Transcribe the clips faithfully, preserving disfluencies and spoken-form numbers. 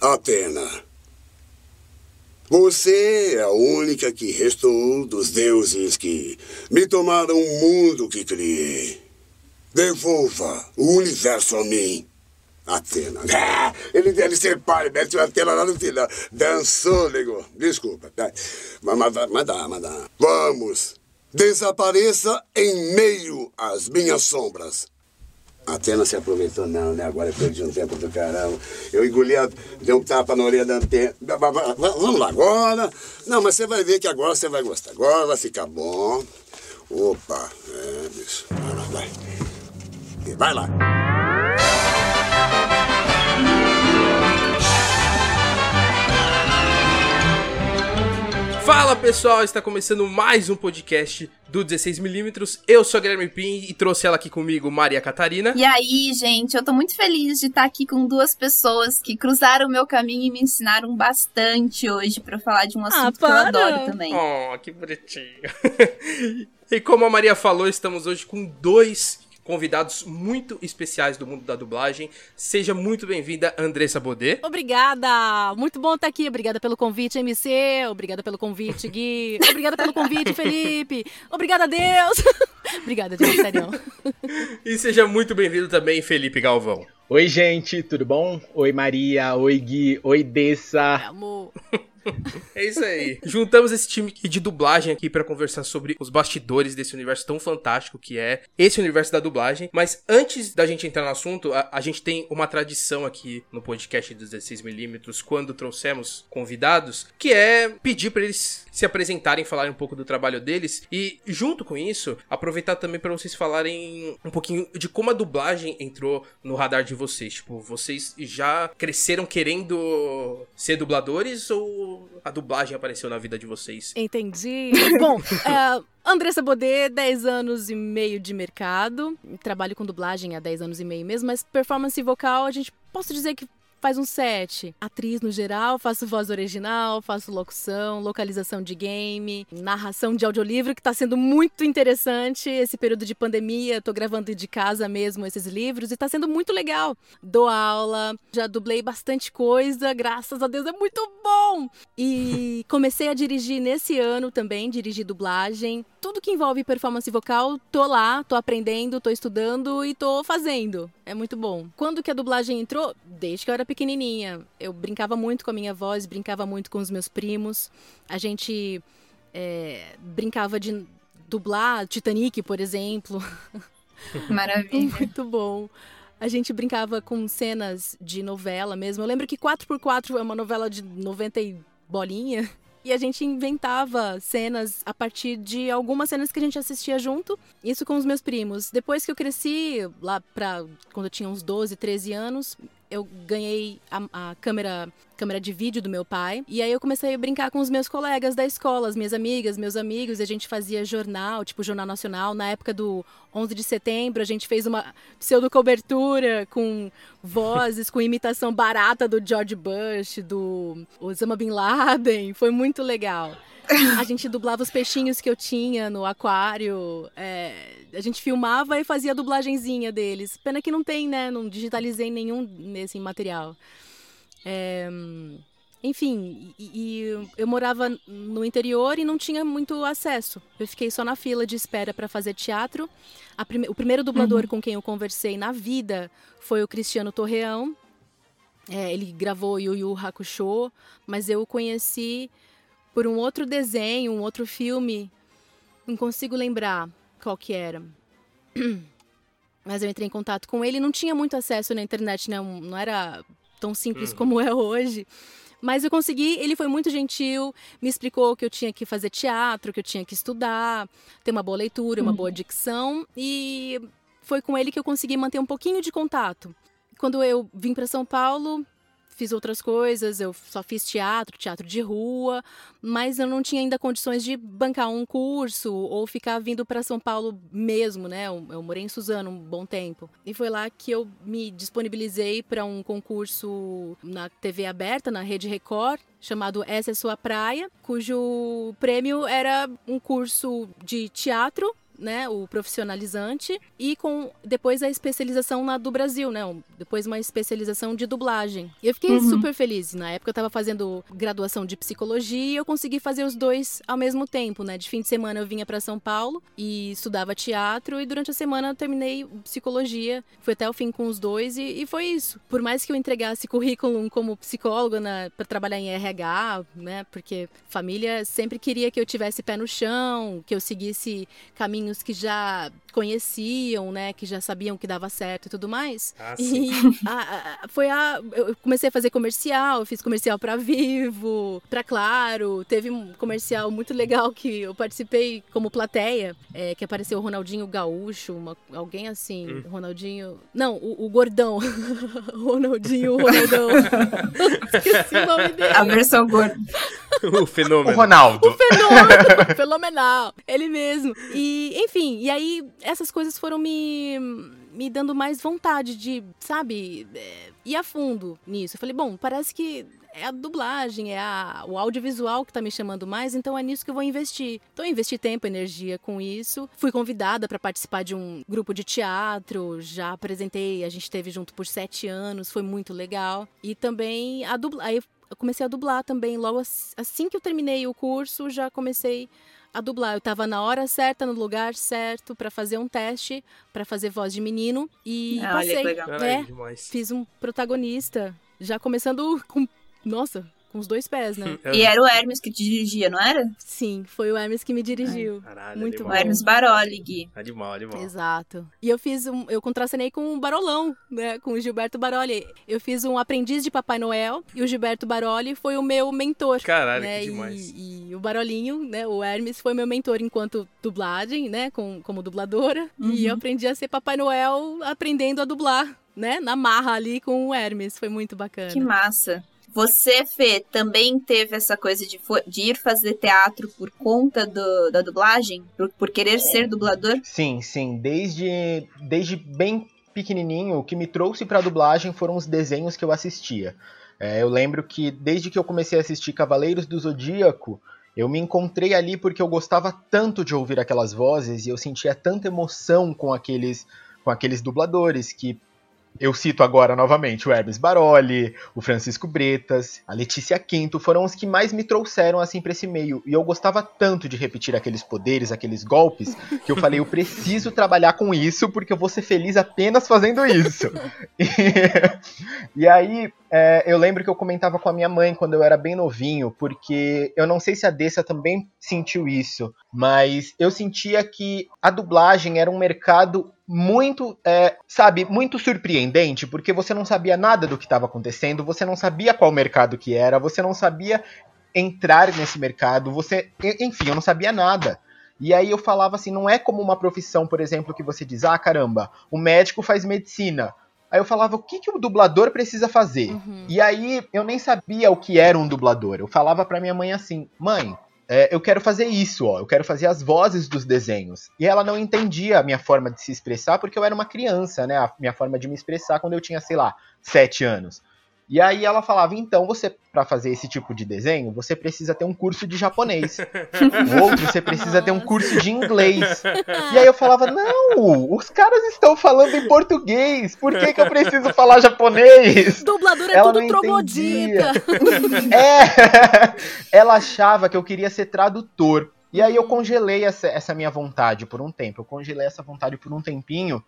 Atena, você é a única que restou dos deuses que me tomaram o mundo que criei. Devolva o universo a mim. Atena. Ah, ele deve ser pai, mete o Atena lá no final. Dançou, nego. Desculpa. Mas, mas, mas dá, mas dá. Vamos. Desapareça em meio às minhas sombras. Atena se aproveitou, não, né? Agora eu perdi um tempo do caramba. Eu engoli, a... dei um tapa na orelha da Atena. Vamos lá, agora. Não, mas você vai ver que agora você vai gostar. Agora vai ficar bom. Opa, é, bicho. Vai lá, vai. Vai lá. Fala pessoal, está começando mais um podcast do dezesseis milímetros. Eu sou a Guilherme Pim e trouxe ela aqui comigo, Maria Catarina. E aí, gente, eu tô muito feliz de estar aqui com duas pessoas que cruzaram o meu caminho e me ensinaram bastante hoje pra falar de um assunto ah, que eu adoro também. Oh, que bonitinho. E como a Maria falou, estamos hoje com dois convidados muito especiais do mundo da dublagem. Seja muito bem-vinda, Andressa Baudet. Obrigada! Muito bom estar aqui. Obrigada pelo convite, M C. Obrigada pelo convite, Gui. Obrigada pelo convite, Felipe. Obrigada a Deus. Obrigada, de sério. E seja muito bem-vindo também, Felipe Galvão. Oi, gente, tudo bom? Oi, Maria. Oi, Gui. Oi, Dessa. Amor. É isso aí. Juntamos esse time de dublagem aqui pra conversar sobre os bastidores desse universo tão fantástico que é esse universo da dublagem. Mas antes da gente entrar no assunto, a, a gente tem uma tradição aqui no podcast dos dezesseis milímetros, quando trouxemos convidados, que é pedir pra eles se apresentarem, falarem um pouco do trabalho deles. E junto com isso, aproveitar também pra vocês falarem um pouquinho de como a dublagem entrou no radar de vocês. Tipo, vocês já cresceram querendo ser dubladores ou a dublagem apareceu na vida de vocês? Entendi. Bom, é, Andressa Baudet, dez anos e meio de mercado. Trabalho com dublagem há dez anos e meio mesmo, mas performance vocal, a gente posso dizer que faz um sete. Atriz no geral, faço voz original, faço locução, localização de game, narração de audiolivro, que tá sendo muito interessante esse período de pandemia. Tô gravando de casa mesmo esses livros e tá sendo muito legal. Dou aula, já dublei bastante coisa, graças a Deus é muito bom! E comecei a dirigir nesse ano também, dirigir dublagem. Tudo que envolve performance vocal, tô lá, tô aprendendo, tô estudando e tô fazendo. É muito bom. Quando que a dublagem entrou? Desde que eu era pequenininha. Eu brincava muito com a minha voz, brincava muito com os meus primos. A gente é, brincava de dublar Titanic, por exemplo. Maravilha. Muito bom. A gente brincava com cenas de novela mesmo. Eu lembro que quatro por quatro é uma novela de noventa e bolinha. E a gente inventava cenas a partir de algumas cenas que a gente assistia junto. Isso com os meus primos. Depois que eu cresci, lá pra quando eu tinha uns doze, treze anos, eu ganhei a, a câmera, câmera de vídeo do meu pai. E aí eu comecei a brincar com os meus colegas da escola, as minhas amigas, meus amigos. E a gente fazia jornal, tipo Jornal Nacional. Na época do onze de setembro, a gente fez uma pseudo-cobertura com vozes, com imitação barata do George Bush, do Osama Bin Laden. Foi muito legal. A gente dublava os peixinhos que eu tinha no aquário. É, a gente filmava e fazia a dublagenzinha deles. Pena que não tem, né? Não digitalizei nenhum nesse material. É, enfim, e, e eu morava no interior e não tinha muito acesso. Eu fiquei só na fila de espera para fazer teatro. A prime- o primeiro dublador uhum. com quem eu conversei na vida foi o Cristiano Torreão. É, ele gravou Yu Yu Hakusho, mas eu o conheci por um outro desenho, um outro filme. Não consigo lembrar qual que era. Mas eu entrei em contato com ele. Não tinha muito acesso na internet, né? Não era tão simples uhum. como é hoje. Mas eu consegui, ele foi muito gentil, me explicou que eu tinha que fazer teatro, que eu tinha que estudar, ter uma boa leitura, uma uhum. boa dicção. E foi com ele que eu consegui manter um pouquinho de contato. Quando eu vim para São Paulo, fiz outras coisas, eu só fiz teatro, teatro de rua, mas eu não tinha ainda condições de bancar um curso ou ficar vindo para São Paulo mesmo, né? Eu, eu morei em Suzano um bom tempo. E foi lá que eu me disponibilizei para um concurso na T V aberta, na Rede Record, chamado Essa é Sua Praia, cujo prêmio era um curso de teatro né, o profissionalizante e com depois a especialização na do Brasil, né, depois uma especialização de dublagem. E eu fiquei uhum. super feliz. Na época eu estava fazendo graduação de psicologia e eu consegui fazer os dois ao mesmo tempo, né? De fim de semana eu vinha para São Paulo e estudava teatro e durante a semana eu terminei psicologia. Fui até o fim com os dois e, e foi isso. Por mais que eu entregasse currículo como psicóloga para trabalhar em R H, né? Porque família sempre queria que eu tivesse pé no chão, que eu seguisse caminhos que já conheciam, né? Que já sabiam que dava certo e tudo mais. Ah, e a, a, foi a... Eu comecei a fazer comercial, eu fiz comercial pra Vivo, pra Claro. Teve um comercial muito legal que eu participei como plateia, é, que apareceu o Ronaldinho Gaúcho, uma, alguém assim, hum. Ronaldinho... Não, o, o gordão. Ronaldinho, o Ronaldão. Esqueci o nome dele. A versão gorda. O fenômeno. O Ronaldo. O fenômeno. Fenomenal. Ele mesmo. E, enfim, e aí essas coisas foram me, me dando mais vontade de, sabe, é, ir a fundo nisso. Eu falei, bom, parece que é a dublagem, é a, o audiovisual que tá me chamando mais, então é nisso que eu vou investir. Então eu investi tempo, energia com isso. Fui convidada para participar de um grupo de teatro, já apresentei, a gente esteve junto por sete anos, foi muito legal. E também a dublagem. Eu comecei a dublar também, logo assim que eu terminei o curso, já comecei a dublar. Eu tava na hora certa, no lugar certo, pra fazer um teste, pra fazer voz de menino. E ah, passei, olha que legal. né? Ai, Fiz um protagonista, já começando com... Nossa... Com os dois pés, né? E era o Hermes que te dirigia, não era? Sim, foi o Hermes que me dirigiu. Caralho, muito bom. O Hermes Baroli, Gui. Animal, animal. Exato. E eu fiz um... Eu contracenei com o Barolão, né? Com o Gilberto Baroli. Eu fiz um aprendiz de Papai Noel e o Gilberto Baroli foi o meu mentor. Caralho, né? que demais. E, e o Barolinho, né? O Hermes foi meu mentor enquanto dublagem, né? Com, como dubladora. Uhum. E eu aprendi a ser Papai Noel aprendendo a dublar, né? Na marra ali com o Hermes. Foi muito bacana. Que massa. Você, Fê, também teve essa coisa de, de ir fazer teatro por conta do, da dublagem? Por, por querer ser dublador? Sim, sim. Desde, desde bem pequenininho, o que me trouxe pra dublagem foram os desenhos que eu assistia. É, eu lembro que desde que eu comecei a assistir Cavaleiros do Zodíaco, eu me encontrei ali porque eu gostava tanto de ouvir aquelas vozes e eu sentia tanta emoção com aqueles, com aqueles dubladores que... Eu cito agora novamente o Hermes Baroli, o Francisco Bretas, a Letícia Quinto, foram os que mais me trouxeram assim pra esse meio. E eu gostava tanto de repetir aqueles poderes, aqueles golpes, que eu falei, eu preciso trabalhar com isso porque eu vou ser feliz apenas fazendo isso. E, e aí, é, eu lembro que eu comentava com a minha mãe quando eu era bem novinho, porque eu não sei se a Dessa também sentiu isso, mas eu sentia que a dublagem era um mercado muito, é, sabe, muito surpreendente, porque você não sabia nada do que estava acontecendo, você não sabia qual mercado que era, você não sabia entrar nesse mercado, você, enfim, eu não sabia nada. E aí eu falava assim, não é como uma profissão, por exemplo, que você diz, ah, caramba, o médico faz medicina. Aí eu falava, o que, que o dublador precisa fazer? Uhum. E aí eu nem sabia o que era um dublador. Eu falava pra minha mãe assim, mãe, É, eu quero fazer isso, ó, eu quero fazer as vozes dos desenhos. E ela não entendia a minha forma de se expressar, porque eu era uma criança, né? A minha forma de me expressar quando eu tinha, sei lá, sete anos. E aí ela falava, então, você, pra fazer esse tipo de desenho, você precisa ter um curso de japonês. O outro, você precisa Nossa. ter um curso de inglês. E aí eu falava, não, os caras estão falando em português, por que que eu preciso falar japonês? Dublador é ela tudo troglodita. É, ela achava que eu queria ser tradutor. E aí eu congelei essa, essa minha vontade por um tempo. Eu congelei essa vontade por um tempinho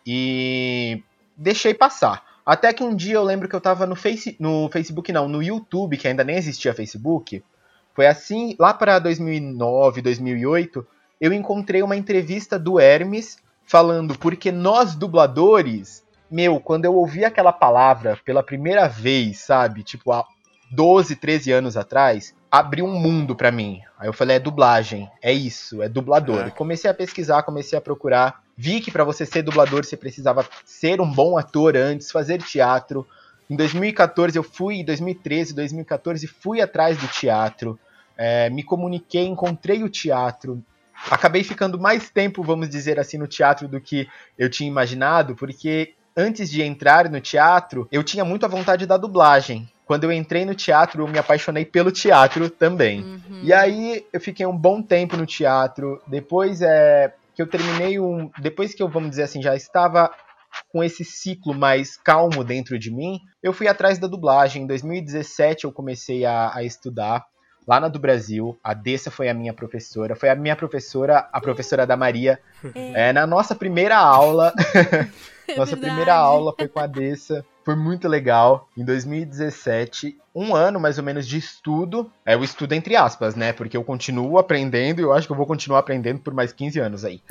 e deixei passar. Até que um dia eu lembro que eu tava no, face, no Facebook, não, no YouTube, que ainda nem existia Facebook. Foi assim, lá para dois mil e nove, dois mil e oito, eu encontrei uma entrevista do Hermes falando, porque nós dubladores, meu, quando eu ouvi aquela palavra pela primeira vez, sabe, tipo há doze, treze anos atrás, abriu um mundo pra mim. Aí eu falei, é dublagem, é isso, é dublador. É. Comecei a pesquisar, comecei a procurar. Vi que pra você ser dublador, você precisava ser um bom ator antes, fazer teatro. Em dois mil e catorze eu fui, em dois mil e treze, dois mil e catorze, fui atrás do teatro. É, me comuniquei, encontrei o teatro. Acabei ficando mais tempo, vamos dizer assim, no teatro do que eu tinha imaginado, porque antes de entrar no teatro, eu tinha muito a vontade da dublagem. Quando eu entrei no teatro, eu me apaixonei pelo teatro também. Uhum. E aí, eu fiquei um bom tempo no teatro. Depois, é, que eu terminei um... Depois que eu, vamos dizer assim, já estava com esse ciclo mais calmo dentro de mim, eu fui atrás da dublagem. Em dois mil e dezessete eu comecei a, a estudar lá na do Brasil. A Dessa foi a minha professora. Foi a minha professora, a professora da Maria. É. É, na nossa primeira aula... É nossa verdade. primeira aula foi com a Dessa. Foi muito legal. Em dois mil e dezessete, um ano mais ou menos de estudo. É o estudo entre aspas, né? Porque eu continuo aprendendo e eu acho que eu vou continuar aprendendo por mais quinze anos aí.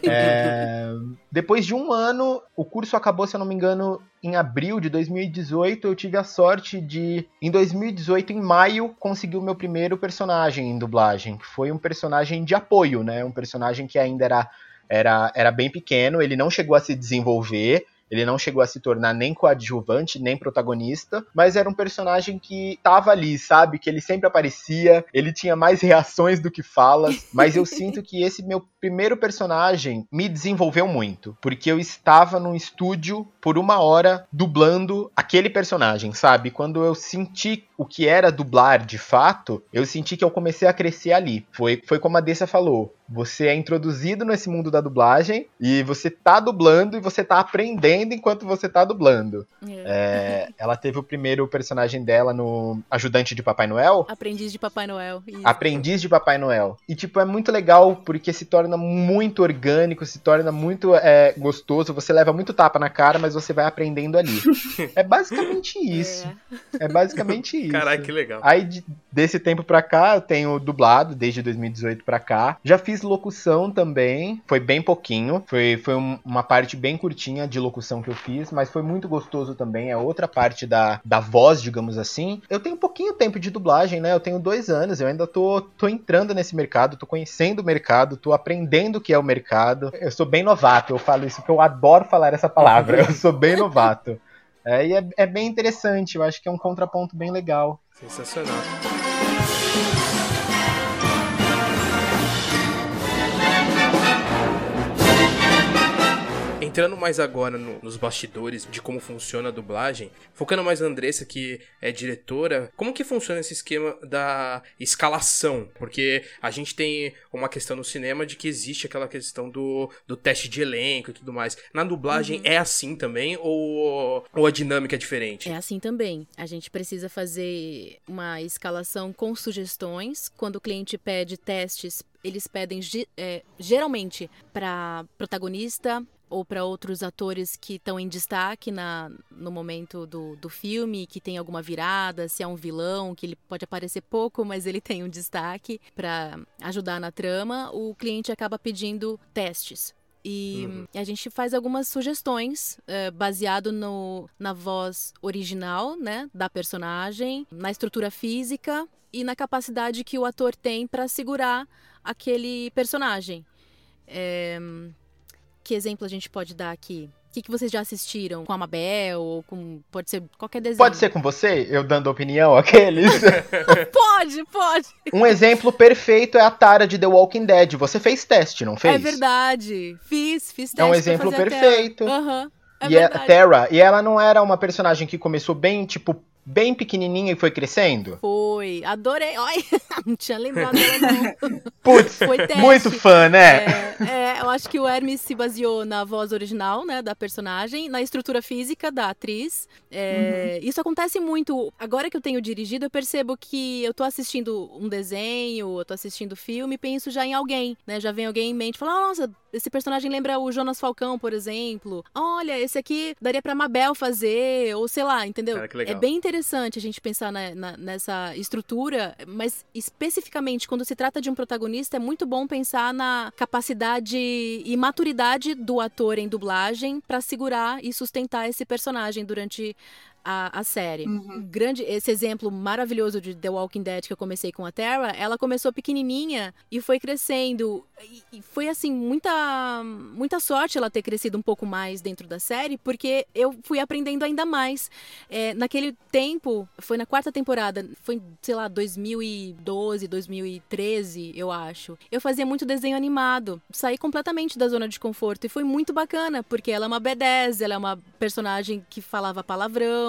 É... Depois de um ano, o curso acabou, se eu não me engano, em abril de dois mil e dezoito. Eu tive a sorte de, em dois mil e dezoito, em maio, conseguir o meu primeiro personagem em dublagem. Que foi um personagem de apoio, né? Um personagem que ainda era... Era, era bem pequeno, ele não chegou a se desenvolver, ele não chegou a se tornar nem coadjuvante, nem protagonista, mas era um personagem que tava ali, sabe? Que ele sempre aparecia, ele tinha mais reações do que falas, mas eu sinto que esse meu primeiro personagem me desenvolveu muito, porque eu estava num estúdio por uma hora dublando aquele personagem, sabe? Quando eu senti o que era dublar de fato, eu senti que eu comecei a crescer ali. Foi, foi como a Dessa falou, você é introduzido nesse mundo da dublagem e você tá dublando e você tá aprendendo enquanto você tá dublando. É. É, ela teve o primeiro personagem dela no Ajudante de Papai Noel. Aprendiz de Papai Noel. Isso. Aprendiz de Papai Noel. E, tipo, é muito legal porque se torna muito orgânico, se torna muito é, gostoso. Você leva muito tapa na cara, mas você vai aprendendo ali. É basicamente isso. É, é basicamente isso. Caraca, que legal. Aí, de, desse tempo pra cá, eu tenho dublado, desde dois mil e dezoito pra cá. Já fiz locução também. Foi bem pouquinho. Foi, foi um, uma parte bem curtinha de locução que eu fiz, mas foi muito gostoso também. É outra parte da, da voz, digamos assim. Eu tenho pouquinho tempo de dublagem, né? Eu tenho dois anos. Eu ainda tô, tô entrando nesse mercado, tô conhecendo o mercado, tô aprendendo o que é o mercado. Eu sou bem novato. Eu falo isso porque eu adoro falar essa palavra. Eu sou bem novato. É, e é, é bem interessante. Eu acho que é um contraponto bem legal. Sensacional. Entrando mais agora no, nos bastidores de como funciona a dublagem, focando mais na Andressa, que é diretora, como que funciona esse esquema da escalação? Porque a gente tem uma questão no cinema de que existe aquela questão do, do teste de elenco e tudo mais. Na dublagem uhum. é assim também ou, ou a dinâmica é diferente? É assim também. A gente precisa fazer uma escalação com sugestões. Quando o cliente pede testes, eles pedem é, geralmente para protagonista ou para outros atores que estão em destaque na, no momento do, do filme, que tem alguma virada, se é um vilão, que ele pode aparecer pouco, mas ele tem um destaque para ajudar na trama, o cliente acaba pedindo testes. E uhum. a gente faz algumas sugestões é, baseado no, na voz original, né, da personagem, na estrutura física e na capacidade que o ator tem para segurar aquele personagem. É... Que exemplo a gente pode dar aqui? O que, que vocês já assistiram com a Mabel ou com... Pode ser qualquer desenho. Pode ser com você? Eu dando opinião, aqueles? Pode, pode. Um exemplo perfeito é a Tara de The Walking Dead. Você fez teste, não fez? É verdade. Fiz, fiz teste. É um exemplo perfeito. Aham. Uhum. É e verdade. a Tara, e ela não era uma personagem que começou bem, tipo, bem pequenininha e foi crescendo? Foi, adorei. Ai, não tinha lembrado dela não. Putz, muito fã, né? É, é, eu acho que o Hermes se baseou na voz original, né, da personagem, na estrutura física da atriz. É, uhum. Isso acontece muito. Agora que eu tenho dirigido, eu percebo que eu tô assistindo um desenho, eu tô assistindo filme e penso já em alguém, né? Já vem alguém em mente e fala, oh, nossa, esse personagem lembra o Jonas Falcão, por exemplo. Olha, esse aqui daria pra Mabel fazer, ou sei lá, entendeu? Cara, que legal. É bem interessante a gente pensar na, na, nessa estrutura, mas especificamente quando se trata de um protagonista, é muito bom pensar na capacidade e maturidade do ator em dublagem para segurar e sustentar esse personagem durante A, a série. Uhum. Grande, esse exemplo maravilhoso de The Walking Dead que eu comecei com a Tara, ela começou pequenininha e foi crescendo. E, e foi, assim, muita, muita sorte ela ter crescido um pouco mais dentro da série, porque eu fui aprendendo ainda mais. É, naquele tempo, foi na quarta temporada, foi, sei lá, dois mil e doze, dois mil e treze, eu acho. Eu fazia muito desenho animado. Saí completamente da zona de conforto e foi muito bacana, porque ela é uma B dez, ela é uma personagem que falava palavrão,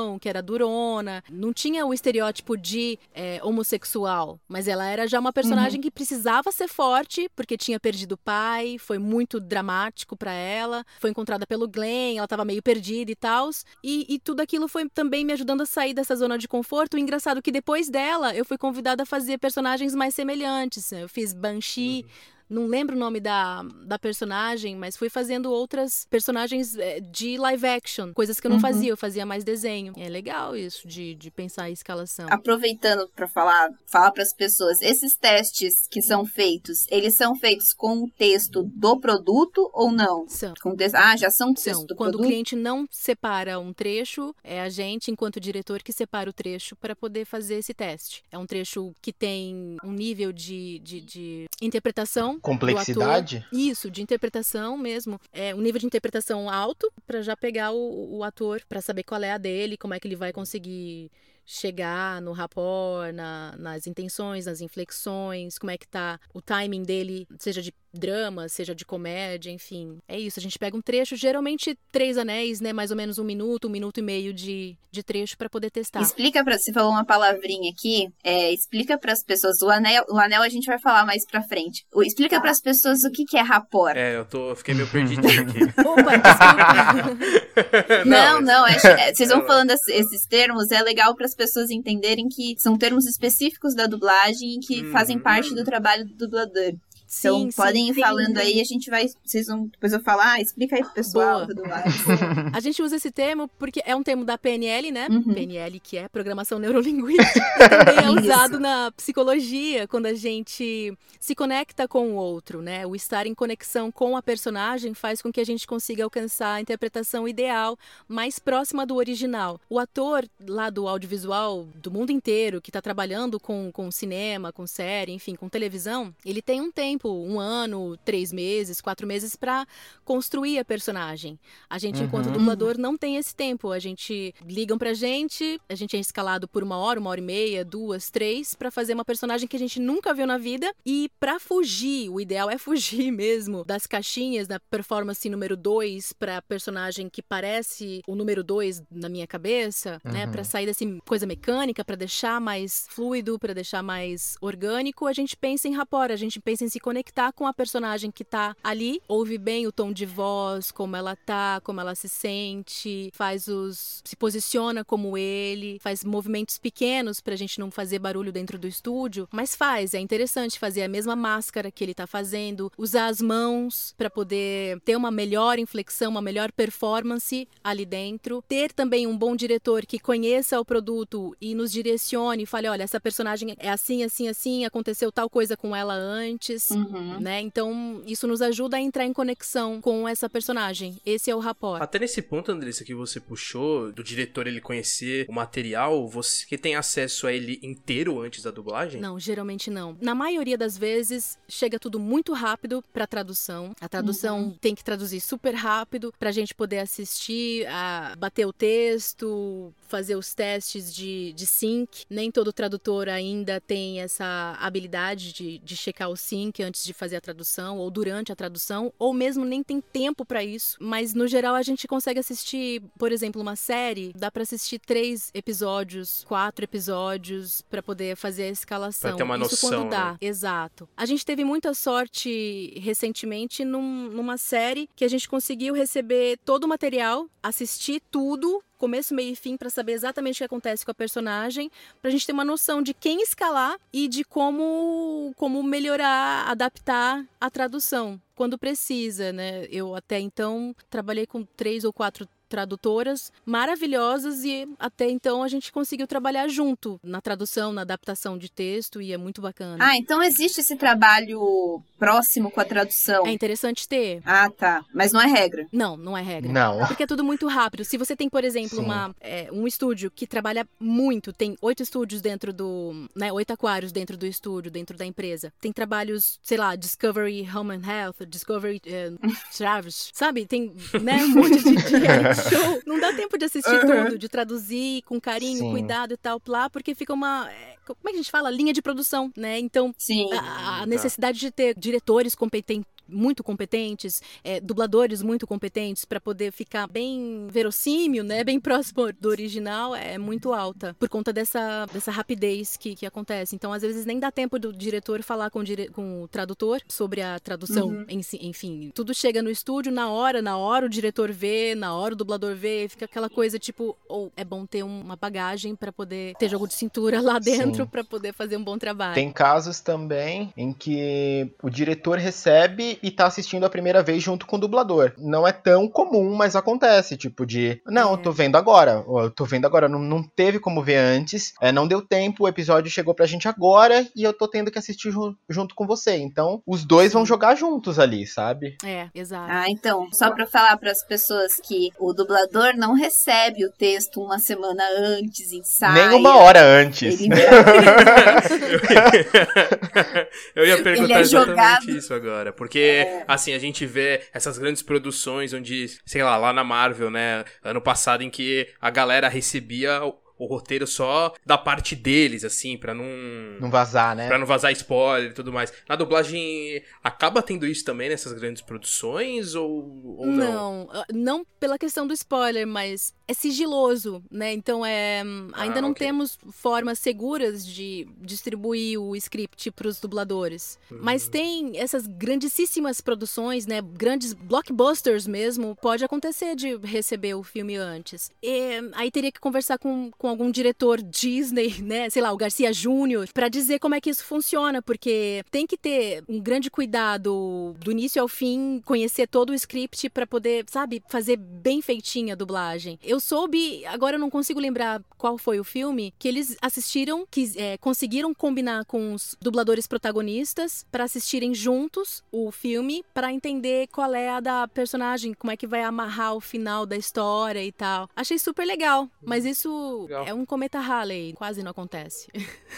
ação, que era durona. Não tinha o estereótipo de é, homossexual, mas ela era já uma personagem uhum. que precisava ser forte, porque tinha perdido o pai, foi muito dramático pra ela, foi encontrada pelo Glenn, ela tava meio perdida e tal, e, e tudo aquilo foi também me ajudando a sair dessa zona de conforto. O engraçado é que depois dela, eu fui convidada a fazer personagens mais semelhantes. Eu fiz Banshee, uhum. Não lembro o nome da, da personagem, mas fui fazendo outras personagens de live action. Coisas que eu não uhum. fazia, eu fazia mais desenho. É legal isso, de, de pensar em escalação. Aproveitando para falar, falar para as pessoas, esses testes que são feitos, eles são feitos com o texto do produto ou não? São. Com o texto, ah, já são com o texto são. do Quando produto? Quando o cliente não separa um trecho, é a gente, enquanto diretor, que separa o trecho para poder fazer esse teste. É um trecho que tem um nível de, de, de interpretação. Complexidade? Isso, de interpretação mesmo. É um nível de interpretação alto para já pegar o, o ator, para saber qual é a dele, como é que ele vai conseguir chegar no rapport, na, nas intenções, nas inflexões, como é que tá o timing dele, seja de drama, seja de comédia, enfim. É isso, a gente pega um trecho, geralmente três anéis, né, mais ou menos um minuto, um minuto e meio de, de trecho para poder testar. Explica pra, você falou uma palavrinha aqui, é, explica pras pessoas, o anel, o anel a gente vai falar mais pra frente. O, explica pras pessoas o que que é rapport. É, eu tô, eu fiquei meio perdidinho aqui. Opa, desculpa. Não, não, é, é, vocês vão falando esses termos, é legal pras pessoas entenderem que são termos específicos da dublagem e que hum. fazem parte do trabalho do dublador. Então, sim, podem sim, ir falando sim. aí, a gente vai, vocês vão, depois eu falar, ah, explica aí pro pessoal tudo mais. A gente usa esse termo porque é um termo da P N L, né? Uhum. P N L, que é Programação Neurolinguística, e também é usado na psicologia, quando a gente se conecta com o outro, né? O estar em conexão com a personagem faz com que a gente consiga alcançar a interpretação ideal, mais próxima do original. O ator lá do audiovisual, do mundo inteiro, que tá trabalhando com, com cinema, com série, enfim, com televisão, ele tem um tempo, um ano, três meses, quatro meses para construir a personagem. A gente, uhum. enquanto dublador, não tem esse tempo. A gente ligam pra gente, a gente é escalado por uma hora, uma hora e meia, duas, três, para fazer uma personagem que a gente nunca viu na vida. E para fugir, o ideal é fugir mesmo das caixinhas da performance número dois para personagem que parece o número dois na minha cabeça, uhum. né? Para sair dessa coisa mecânica, para deixar mais fluido, para deixar mais orgânico, a gente pensa em rapport, a gente pensa em se conectar com a personagem que tá ali, ouve bem o tom de voz, como ela tá, como ela se sente, faz os... se posiciona como ele, faz movimentos pequenos pra gente não fazer barulho dentro do estúdio, mas faz, é interessante fazer a mesma máscara que ele tá fazendo, usar as mãos pra poder ter uma melhor inflexão, uma melhor performance ali dentro, ter também um bom diretor que conheça o produto e nos direcione e fale, olha, essa personagem é assim, assim, assim, aconteceu tal coisa com ela antes, uhum. né? Então, isso nos ajuda a entrar em conexão com essa personagem. Esse é o rapport. Até nesse ponto, Andressa, que você puxou, do diretor ele conhecer o material, você que tem acesso a ele inteiro antes da dublagem? Não, geralmente não. Na maioria das vezes, chega tudo muito rápido pra tradução. A tradução uhum. tem que traduzir super rápido pra gente poder assistir, a bater o texto, fazer os testes de, de sync. Nem todo tradutor ainda tem essa habilidade de, de checar o sync antes de fazer a tradução, ou durante a tradução, ou mesmo nem tem tempo pra isso. Mas, no geral, a gente consegue assistir, por exemplo, uma série, dá pra assistir três episódios, quatro episódios, pra poder fazer a escalação. Pra ter uma isso noção, quando dá. Né? Exato. A gente teve muita sorte, recentemente, num, numa série que a gente conseguiu receber todo o material, assistir tudo, começo, meio e fim, pra saber exatamente o que acontece com a personagem, pra gente ter uma noção de quem escalar e de como, como melhorar, adaptar a tradução, quando precisa, né? Eu até então trabalhei com três ou quatro tradutoras maravilhosas e até então a gente conseguiu trabalhar junto na tradução, na adaptação de texto e é muito bacana. Ah, então existe esse trabalho próximo com a tradução. É interessante ter. Ah, tá. Mas não é regra. Não, não é regra. Não. Porque é tudo muito rápido. Se você tem, por exemplo, uma, é, um estúdio que trabalha muito, tem oito estúdios dentro do... né, oito aquários dentro do estúdio, dentro da empresa. Tem trabalhos, sei lá, Discovery Home and Health, Discovery uh, Travis, sabe? Tem, né, um monte de, de reality show. Não dá tempo de assistir uhum. tudo, de traduzir com carinho, Sim. cuidado e tal, plá, porque fica uma... Como é que a gente fala? Linha de produção, né? Então, Sim. a, a necessidade de ter diretores competentes muito competentes, é, dubladores muito competentes para poder ficar bem verossímil, né, bem próximo do original, é muito alta por conta dessa, dessa rapidez que, que acontece. Então, às vezes nem dá tempo do diretor falar com o, dire... com o tradutor sobre a tradução, uhum. em si, enfim, tudo chega no estúdio na hora, na hora o diretor vê, na hora o dublador vê, fica aquela coisa tipo, ou é bom ter uma bagagem para poder ter jogo de cintura lá dentro para poder fazer um bom trabalho. Tem casos também em que o diretor recebe e tá assistindo a primeira vez junto com o dublador. Não é tão comum, mas acontece, tipo de, não, é. eu tô vendo agora, eu tô vendo agora, não, não teve como ver antes, é, não deu tempo, o episódio chegou pra gente agora e eu tô tendo que assistir ju- junto com você. Então, os dois Sim. vão jogar juntos ali, sabe? É, exato. Ah, então, só pra falar pras pessoas que o dublador não recebe o texto uma semana antes, ensaia. Nem uma hora antes. Ele... eu ia perguntar é exatamente jogado. isso agora, porque, é. assim, a gente vê essas grandes produções onde, sei lá, lá na Marvel, né, ano passado, em que a galera recebia o roteiro só da parte deles, assim, pra não... Não vazar, né? Pra não vazar spoiler e tudo mais. Na dublagem, acaba tendo isso também nessas grandes produções, ou, ou não? Não, não pela questão do spoiler, mas é sigiloso, né? Então, é, ainda ah, não okay. temos formas seguras de distribuir o script pros dubladores. Uhum. Mas tem essas grandíssimas produções, né? Grandes blockbusters mesmo, pode acontecer de receber o filme antes. E aí teria que conversar com com algum diretor Disney, né, sei lá, o Garcia Júnior, pra dizer como é que isso funciona, porque tem que ter um grande cuidado do início ao fim, conhecer todo o script pra poder, sabe, fazer bem feitinha a dublagem. Eu soube, agora eu não consigo lembrar qual foi o filme, que eles assistiram, que é, conseguiram combinar com os dubladores protagonistas pra assistirem juntos o filme, pra entender qual é a da personagem, como é que vai amarrar o final da história e tal. Achei super legal, mas isso Legal. É um cometa Halley, quase não acontece.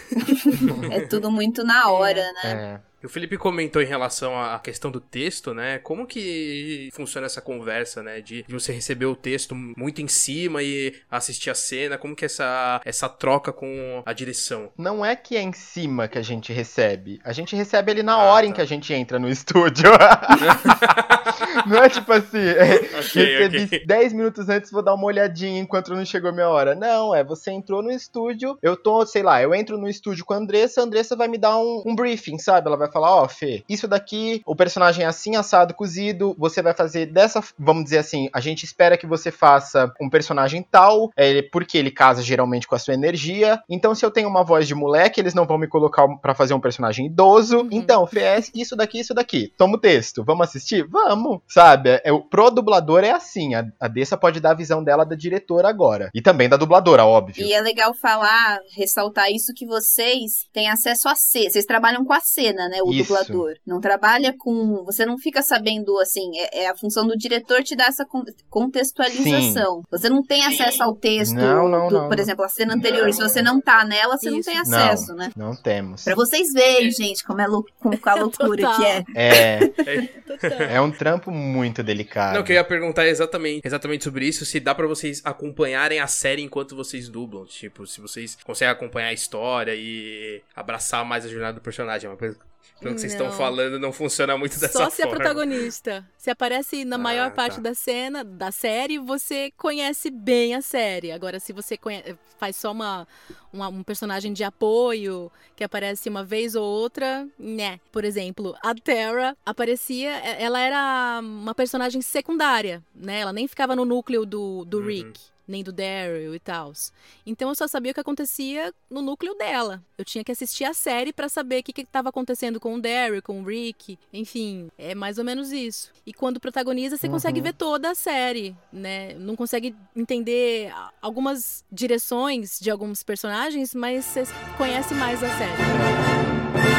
É tudo muito na hora, é. né? É. O Felipe comentou em relação à questão do texto, né? Como que funciona essa conversa, né? De, de você receber o texto muito em cima e assistir a cena. Como que é essa, essa troca com a direção? Não é que é em cima que a gente recebe. A gente recebe ele na ah, hora tá. em que a gente entra no estúdio. Não é tipo assim, é, okay, recebi okay. dez minutos antes, vou dar uma olhadinha enquanto não chegou minha hora. Não, é você entrou no estúdio, eu tô, sei lá, eu entro no estúdio com a Andressa, a Andressa vai me dar um, um briefing, sabe? Ela vai falar, ó, oh, Fê, isso daqui, o personagem é assim, assado, cozido, você vai fazer dessa, vamos dizer assim, a gente espera que você faça um personagem tal, é, porque ele casa geralmente com a sua energia, então se eu tenho uma voz de moleque, eles não vão me colocar pra fazer um personagem idoso, uhum. então, Fê, é isso daqui, isso daqui, toma o texto, vamos assistir? Vamos, sabe? É, pro dublador é assim, a, a Dessa pode dar a visão dela da diretora agora, e também da dubladora, óbvio. E é legal falar, ressaltar isso, que vocês têm acesso a cena, vocês trabalham com a cena, né? O Isso. dublador. Não trabalha com... Você não fica sabendo, assim, é, é a função do diretor te dar essa contextualização. Sim. Você não tem acesso ao texto, não, não, do, não, por exemplo, a cena anterior. Não. Se você não tá nela, você Isso. não tem acesso, não, né? Não temos. Pra vocês verem, gente, como é lou- como a loucura que é. É. É um trampo muito delicado. Não, que eu ia perguntar exatamente, exatamente sobre isso, se dá pra vocês acompanharem a série enquanto vocês dublam. Tipo, se vocês conseguem acompanhar a história e abraçar mais a jornada do personagem. Uma coisa... Pelo que vocês estão falando, não funciona muito dessa forma. Só se é protagonista. Se aparece na maior ah, parte tá. da cena, da série, você conhece bem a série. Agora, se você conhece, faz só uma, uma, um personagem de apoio, que aparece uma vez ou outra, né? Por exemplo, a Terra aparecia, ela era uma personagem secundária, né? Ela nem ficava no núcleo do, do uhum. Rick. Nem do Daryl e tal. Então eu só sabia o que acontecia no núcleo dela. Eu tinha que assistir a série pra saber o que estava acontecendo com o Daryl, com o Rick. Enfim, é mais ou menos isso. E quando protagoniza, você uhum. consegue ver toda a série, né? Não consegue entender algumas direções de alguns personagens, mas você conhece mais a série.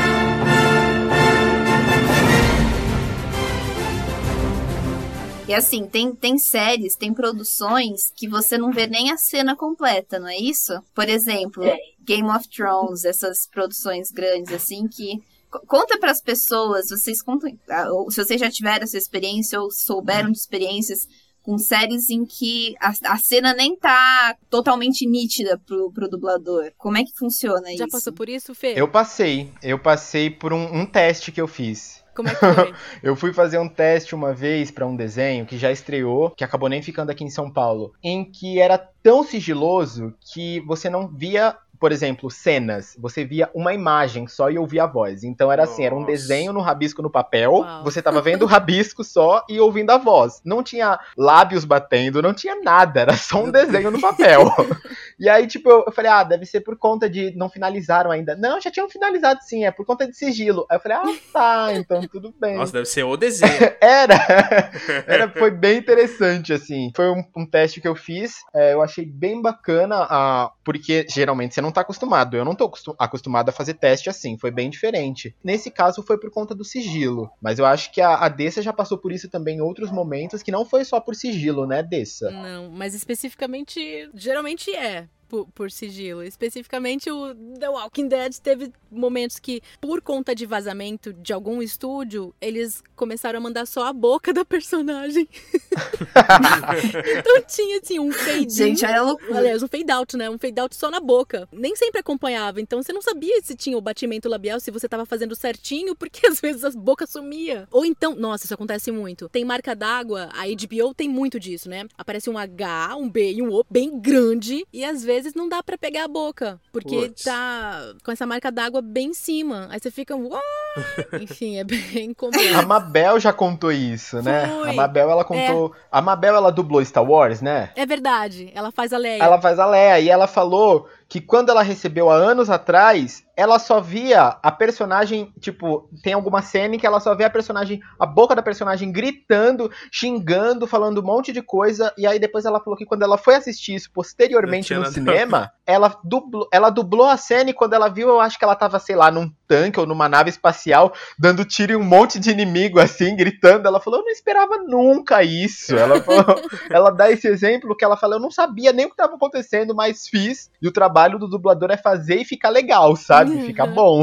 E assim, tem, tem séries, tem produções que você não vê nem a cena completa, não é isso? Por exemplo, é. Game of Thrones, essas produções grandes, assim, que... Conta para as pessoas, vocês contam, se vocês já tiveram essa experiência ou souberam de experiências com séries em que a, a cena nem tá totalmente nítida pro, pro dublador. Como é que funciona isso? Já passou por isso, Fê? Eu passei. Eu passei por um, um teste que eu fiz. Como é que foi? Eu fui fazer um teste uma vez pra um desenho que já estreou, que acabou nem ficando aqui em São Paulo, em que era tão sigiloso que você não via, por exemplo, cenas. Você via uma imagem só e ouvia a voz. Então era assim, era um desenho no rabisco no papel, Uau. Você tava vendo o rabisco só e ouvindo a voz. Não tinha lábios batendo, não tinha nada, era só um desenho no papel. E aí, tipo, eu, eu falei, ah, deve ser por conta de não finalizaram ainda. Não, já tinham finalizado sim, é por conta de sigilo. Aí eu falei, ah, tá, então tudo bem. Nossa, deve ser o desenho. Era, era, foi bem interessante, assim. Foi um, um teste que eu fiz, é, eu achei bem bacana, a, porque geralmente você não tá acostumado. Eu não tô acostumado a fazer teste assim, foi bem diferente. Nesse caso foi por conta do sigilo, mas eu acho que a, a Dessa já passou por isso também em outros momentos, que não foi só por sigilo, né, Dessa? Não, mas especificamente, geralmente é. Por, por sigilo. Especificamente o The Walking Dead teve momentos que, por conta de vazamento de algum estúdio, eles começaram a mandar só a boca da personagem. Então tinha assim um fade in. Gente, é loucura. Aliás, um fade out, né? Um fade out só na boca. Nem sempre acompanhava. Então você não sabia se tinha o batimento labial, se você tava fazendo certinho, porque às vezes a boca sumia. Ou então, nossa, isso acontece muito. Tem marca d'água, a H B O tem muito disso, né? Aparece um H, um B e um O bem grande, e às vezes vezes não dá pra pegar a boca, porque Puts. tá com essa marca d'água bem em cima. Aí você fica, uau! Enfim, é bem complexo. A Mabel já contou isso, né? Foi. A Mabel, ela contou... É. A Mabel, ela dublou Star Wars, né? É verdade, ela faz a Leia. Ela faz a Leia, e ela falou que quando ela recebeu há anos atrás, ela só via a personagem, tipo, tem alguma cena em que ela só vê a personagem, a boca da personagem gritando, xingando, falando um monte de coisa, e aí depois ela falou que quando ela foi assistir isso posteriormente no cinema, ela dublou, ela dublou a cena, e quando ela viu, eu acho que ela tava, sei lá, num tanque ou numa nave espacial, dando tiro em um monte de inimigo, assim, gritando. Ela falou, eu não esperava nunca isso. Ela falou, ela dá esse exemplo que ela fala, eu não sabia nem o que estava acontecendo, mas fiz, e o trabalho do dublador é fazer e ficar legal, sabe? Uhum. Fica bom.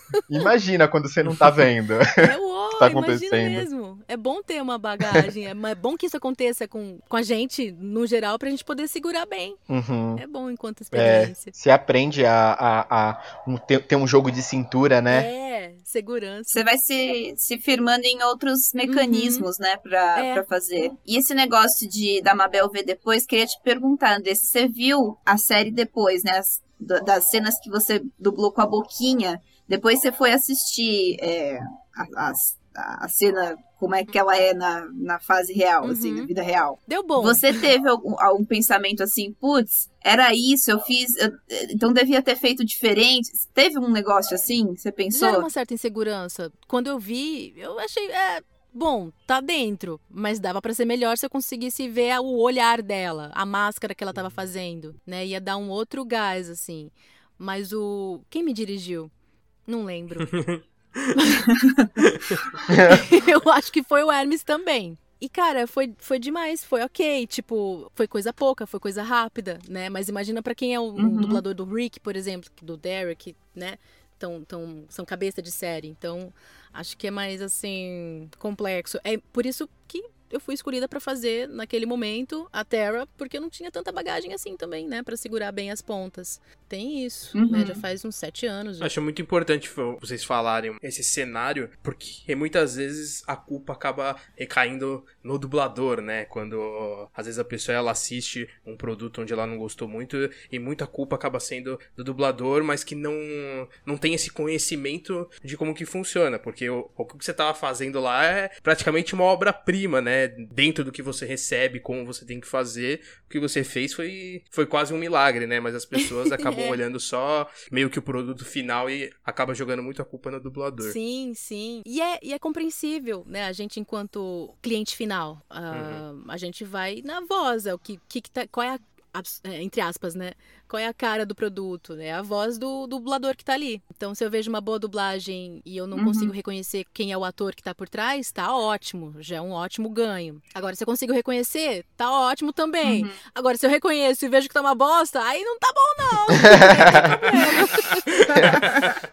Imagina quando você não tá vendo. É uó, tá imagina mesmo. É bom ter uma bagagem, é bom que isso aconteça com, com a gente, no geral, pra gente poder segurar bem. Uhum. É bom enquanto experiência. É, você aprende a, a, a um, ter, ter um jogo de cintura, né? É, segurança. Você vai se, se firmando em outros mecanismos, uhum. né, pra, é. pra fazer. E esse negócio de da Mabel ver depois, queria te perguntar, André, se você viu a série depois, né, as, das cenas que você dublou com a boquinha, depois você foi assistir é, a, a, a cena, como é que ela é na, na fase real, uhum. assim, na vida real. Deu bom. Você teve algum, algum pensamento assim, putz, era isso, eu fiz, eu, então devia ter feito diferente? Teve um negócio assim, você pensou? Gera uma certa insegurança. Quando eu vi, eu achei, é, bom, tá dentro, mas dava pra ser melhor se eu conseguisse ver o olhar dela, a máscara que ela tava fazendo, né? Ia dar um outro gás, assim. Mas o... Quem me dirigiu? Não lembro. Eu acho que foi o Hermes também. E, cara, foi, foi demais, foi ok, tipo, foi coisa pouca, foi coisa rápida, né? Mas imagina pra quem é o, uhum. o dublador do Rick, por exemplo, do Derek, né? Tão, tão, são cabeça de série, então acho que é mais, assim, complexo. É por isso que eu fui escolhida pra fazer, naquele momento, a Terra, porque eu não tinha tanta bagagem assim também, né? Pra segurar bem as pontas. Tem isso, uhum. né? Já faz uns sete anos. Já. Acho muito importante vocês falarem esse cenário, porque muitas vezes a culpa acaba recaindo no dublador, né? Quando, às vezes, a pessoa, ela assiste um produto onde ela não gostou muito, e muita culpa acaba sendo do dublador, mas que não, não tem esse conhecimento de como que funciona, porque o, o que você tava fazendo lá é praticamente uma obra-prima, né? Dentro do que você recebe, como você tem que fazer, o que você fez foi, foi quase um milagre, né? Mas as pessoas acabam é. olhando só meio que o produto final e acaba jogando muito a culpa no dublador. Sim, sim. E é, e é compreensível, né? A gente, enquanto cliente final, uh, uhum. a gente vai na voz, é o que, que, que tá, qual é a, entre aspas, né? Qual é a cara do produto, né? A voz do, do dublador que tá ali. Então, se eu vejo uma boa dublagem e eu não uhum. consigo reconhecer quem é o ator que tá por trás, tá ótimo. Já é um ótimo ganho. Agora, se eu consigo reconhecer, tá ótimo também. Uhum. Agora, se eu reconheço e vejo que tá uma bosta, aí não tá bom, não. Não tem problema. Né?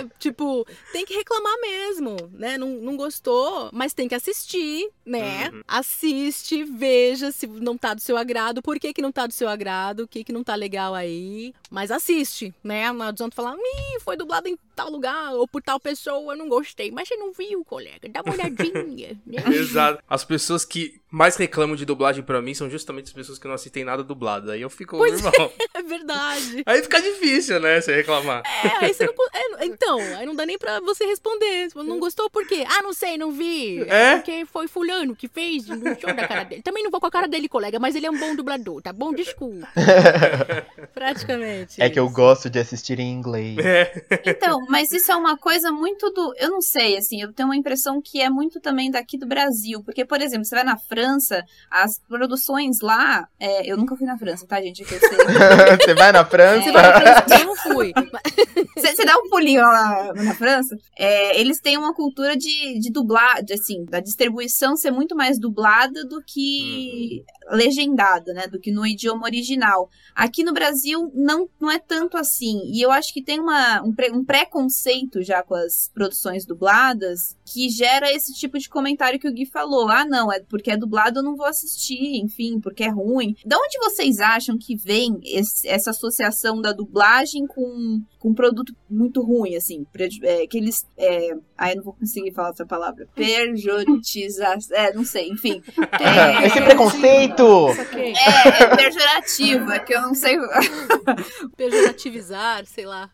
né? Tipo, tem que reclamar mesmo, né? Não, não gostou, mas tem que assistir, né? Uhum. Assiste, veja se não tá do seu agrado, por que que não tá do seu agrado, o que que não tá legal aí. Mas assiste, né? Não adianta falar, ih, foi dublado em tal lugar, ou por tal pessoa, eu não gostei. Mas você não viu, colega, dá uma olhadinha. Né? Exato. As pessoas que mais reclamam de dublagem pra mim são justamente as pessoas que não assistem nada dublado. Aí eu fico, pois irmão. É, é verdade. Aí fica difícil, né, você reclamar. É, aí você não é, então, aí não dá nem pra você responder. Não gostou por quê? Ah, não sei, não vi. É? Porque foi fulano que fez, não show da cara dele. Também não vou com a cara dele, colega, mas ele é um bom dublador, tá bom? Desculpa. Praticamente. É isso. Que eu gosto de assistir em inglês. É. Então, mas isso é uma coisa muito do... Eu não sei, assim, eu tenho uma impressão que é muito também daqui do Brasil. Porque, por exemplo, você vai na França, as produções lá... É, eu nunca fui na França, tá, gente? É que eu sei. Você vai na França? Você vai na França? Eu não fui. Você, você dá um pulinho lá na, na França, é, eles têm uma cultura de, de dublar, de, assim, da distribuição ser muito mais dublada do que uhum. legendada, né? Do que no idioma original. Aqui no Brasil não, não é tanto assim. E eu acho que tem uma, um, pre, um preconceito já com as produções dubladas que gera esse tipo de comentário que o Gui falou. Ah, não, é porque é dublado eu não vou assistir, enfim, porque é ruim. De onde vocês acham que vem esse, essa associação da dublagem com, com um produto muito ruim, assim? É, que eles... É, ai, eu não vou conseguir falar essa palavra. Pejoratização. É, não sei, enfim. É, esse preconceito! É, é pejorativo, é que eu não sei... Pejorativizar, sei lá.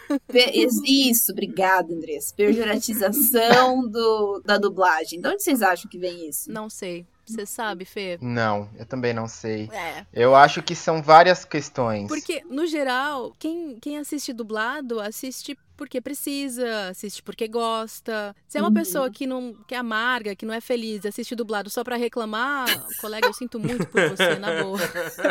Isso, obrigada, Andressa. Pejoratização do, da dublagem. De onde vocês acham que vem isso? Não sei. Você sabe, Fê? Não, eu também não sei. É. Eu acho que são várias questões. Porque, no geral, quem, quem assiste dublado, assiste porque precisa, assiste porque gosta. Se é uma uhum. pessoa que não que é amarga, que não é feliz, assiste dublado só pra reclamar, colega, eu sinto muito por você, na boa.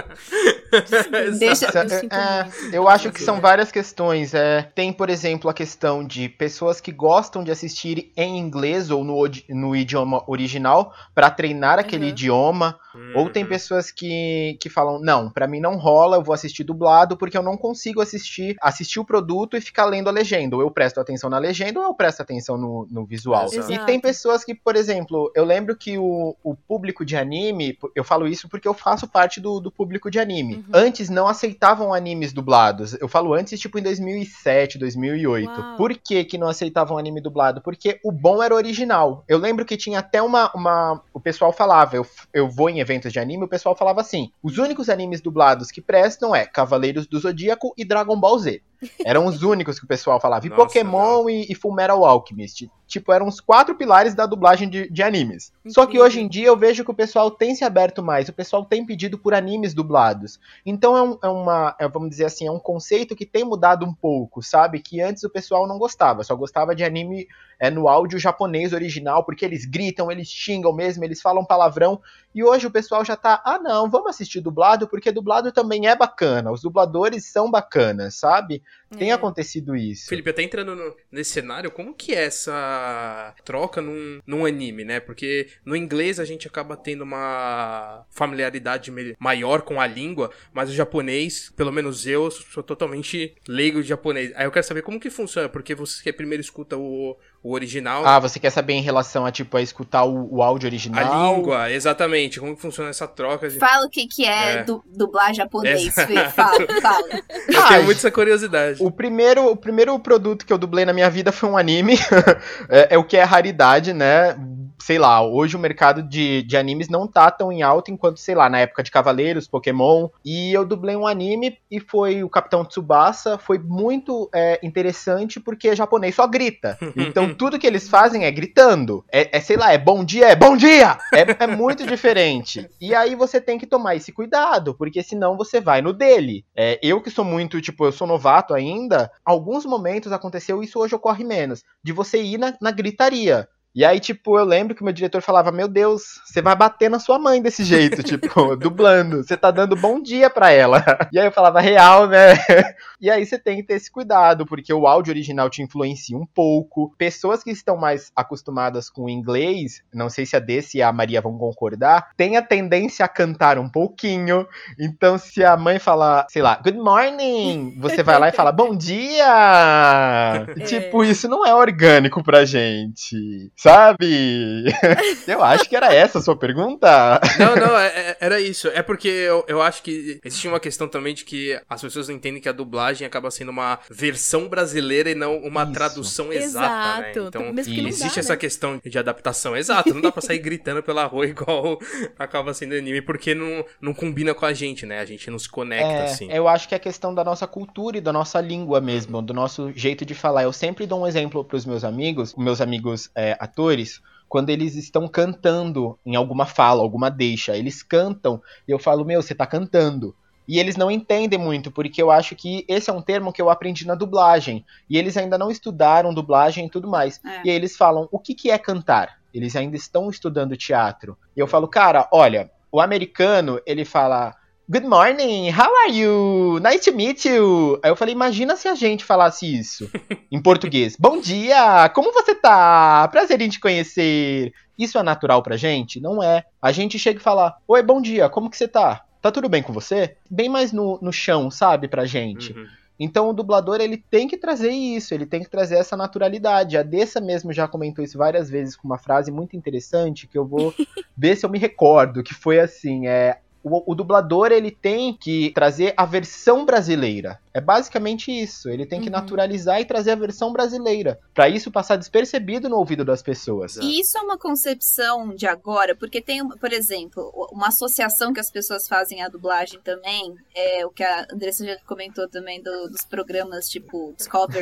Deixa, eu sinto é, muito. Eu acho que são várias questões. É, tem, por exemplo, a questão de pessoas que gostam de assistir em inglês ou no, no idioma original pra treinar aquele uhum. idioma. Uhum. Ou tem pessoas que, que falam, não, pra mim não rola, eu vou assistir dublado porque eu não consigo assistir, assistir o produto e ficar lendo a legenda. Ou eu presto atenção na legenda ou eu presto atenção no, no visual. Exato. E tem pessoas que, por exemplo, eu lembro que o, o público de anime, eu falo isso porque eu faço parte do, do público de anime. Uhum. Antes não aceitavam animes dublados. Eu falo antes, tipo em dois mil e sete, dois mil e oito. Uau. Por que que não aceitavam anime dublado? Porque o bom era o original. Eu lembro que tinha até uma... uma o pessoal falava, eu, eu vou em eventos de anime, o pessoal falava assim, os únicos animes dublados que prestam é Cavaleiros do Zodíaco e Dragon Ball Z. Eram os únicos que o pessoal falava. E Nossa, Pokémon e, e Fullmetal Alchemist. Tipo, eram os quatro pilares da dublagem de, de animes. Incrível. Só que hoje em dia eu vejo que o pessoal tem se aberto mais. O pessoal tem pedido por animes dublados. Então é, um, é uma, é, vamos dizer assim, é um conceito que tem mudado um pouco, sabe? Que antes o pessoal não gostava. Só gostava de anime é, no áudio japonês original, porque eles gritam, eles xingam mesmo, eles falam palavrão. E hoje o pessoal já tá, ah não, vamos assistir dublado, porque dublado também é bacana. Os dubladores são bacanas, sabe? Tem é. acontecido isso. Felipe, até entrando no, nesse cenário, como que é essa troca num, num anime, né? Porque no inglês a gente acaba tendo uma familiaridade maior com a língua, mas o japonês, pelo menos eu, sou totalmente leigo de japonês. Aí eu quero saber como que funciona, porque você primeiro escuta o... o original. Ah, você quer saber em relação a, tipo, a escutar o, o áudio original? A língua, exatamente. Como que funciona essa troca? De... Fala o que que é, é. Du, dublar japonês, Fê. Fala, fala. Eu ah, tenho muito essa curiosidade. O primeiro, o primeiro produto que eu dublei na minha vida foi um anime. é, é o que é raridade, né? Sei lá, hoje o mercado de, de animes não tá tão em alta enquanto, sei lá, na época de Cavaleiros, Pokémon. E eu dublei um anime e foi o Capitão Tsubasa. Foi muito é, interessante porque japonês só grita. Então tudo que eles fazem é gritando. É, é sei lá, é bom dia, é bom dia! É, é muito diferente. E aí você tem que tomar esse cuidado, porque senão você vai no dele. É, eu que sou muito, tipo, eu sou novato ainda, alguns momentos aconteceu, isso hoje ocorre menos, de você ir na, na gritaria. E aí, tipo, eu lembro que o meu diretor falava, meu Deus, você vai bater na sua mãe desse jeito, tipo, dublando. Você tá dando bom dia pra ela. E aí eu falava, real, né? E aí você tem que ter esse cuidado, porque o áudio original te influencia um pouco. Pessoas que estão mais acostumadas com o inglês, não sei se a Desse e a Maria vão concordar, tem a tendência a cantar um pouquinho. Então, se a mãe fala, sei lá, good morning, você vai lá e fala, bom dia! É. Tipo, isso não é orgânico pra gente. Sabe? Eu acho que era essa a sua pergunta. Não, não, é, é, era isso. É porque eu, eu acho que existe uma questão também de que as pessoas não entendem que a dublagem acaba sendo uma versão brasileira e não uma isso. tradução exata, Exato. né? Então, Mesmo que não existe dá, essa né? questão de adaptação. Exato, não dá pra sair gritando pela rua igual acaba sendo anime, porque não, não combina com a gente, né? A gente não se conecta, é, assim. Eu acho que é questão da nossa cultura e da nossa língua mesmo, do nosso jeito de falar. Eu sempre dou um exemplo pros meus amigos, meus amigos é, atores, quando eles estão cantando em alguma fala, alguma deixa, eles cantam, e eu falo, meu, você tá cantando. E eles não entendem muito, porque eu acho que esse é um termo que eu aprendi na dublagem, e eles ainda não estudaram dublagem e tudo mais. É. E aí eles falam, o que que é cantar? Eles ainda estão estudando teatro. E eu falo, cara, olha, o americano, ele fala... Good morning, how are you? Nice to meet you. Aí eu falei, imagina se a gente falasse isso em português. Bom dia, como você tá? Prazer em te conhecer. Isso é natural pra gente? Não é. A gente chega e fala, oi, bom dia, como que você tá? Tá tudo bem com você? Bem mais no, no chão, sabe, pra gente. Uhum. Então o dublador, ele tem que trazer isso, ele tem que trazer essa naturalidade. A Dessa mesmo já comentou isso várias vezes com uma frase muito interessante, que eu vou ver se eu me recordo, que foi assim, é... O, o dublador, ele tem que trazer a versão brasileira. É basicamente isso. Ele tem que uhum. naturalizar e trazer a versão brasileira. Pra isso passar despercebido no ouvido das pessoas. E isso é uma concepção de agora, porque tem, por exemplo, uma associação que as pessoas fazem à dublagem também, é o que a Andressa já comentou também do, dos programas tipo Discovery.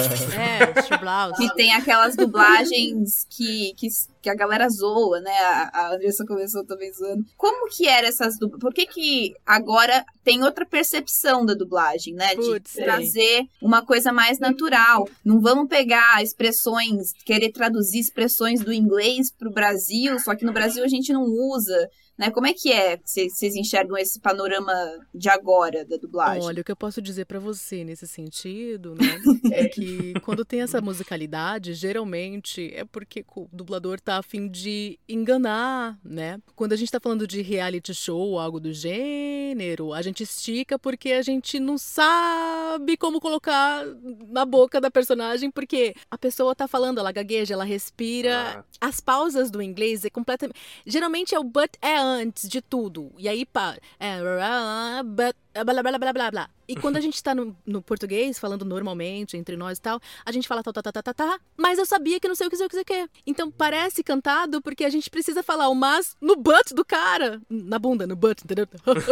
É, Stublaus. Que tem aquelas dublagens que, que, que a galera zoa, né? A, a Andressa começou também zoando. Como que eram essas dublagens? Por que que agora tem outra percepção da dublagem, né? De Putz, trazer é. uma coisa mais natural. Não vamos pegar expressões, querer traduzir expressões do inglês pro Brasil, só que no Brasil a gente não usa, né? Como é que é que vocês enxergam esse panorama de agora da dublagem? Olha, o que eu posso dizer pra você nesse sentido, né, é que quando tem essa musicalidade, geralmente é porque o dublador tá a fim de enganar, né? Quando a gente tá falando de reality show ou algo do gênero, a gente estica porque a gente não sabe como colocar na boca da personagem, porque a pessoa tá falando, ela gagueja, ela respira. Ah. As pausas do inglês é completamente... Geralmente é o but é antes de tudo. E aí, pá, é but, blá, blá, blá, blá, blá. E quando a gente tá no, no português, falando normalmente, entre nós e tal, a gente fala tá, tá, tá, tá, tá, tá, mas eu sabia que não sei o que, sei o que, sei o que. Então parece cantado porque a gente precisa falar o mas no butt do cara. Na bunda, no butt, entendeu?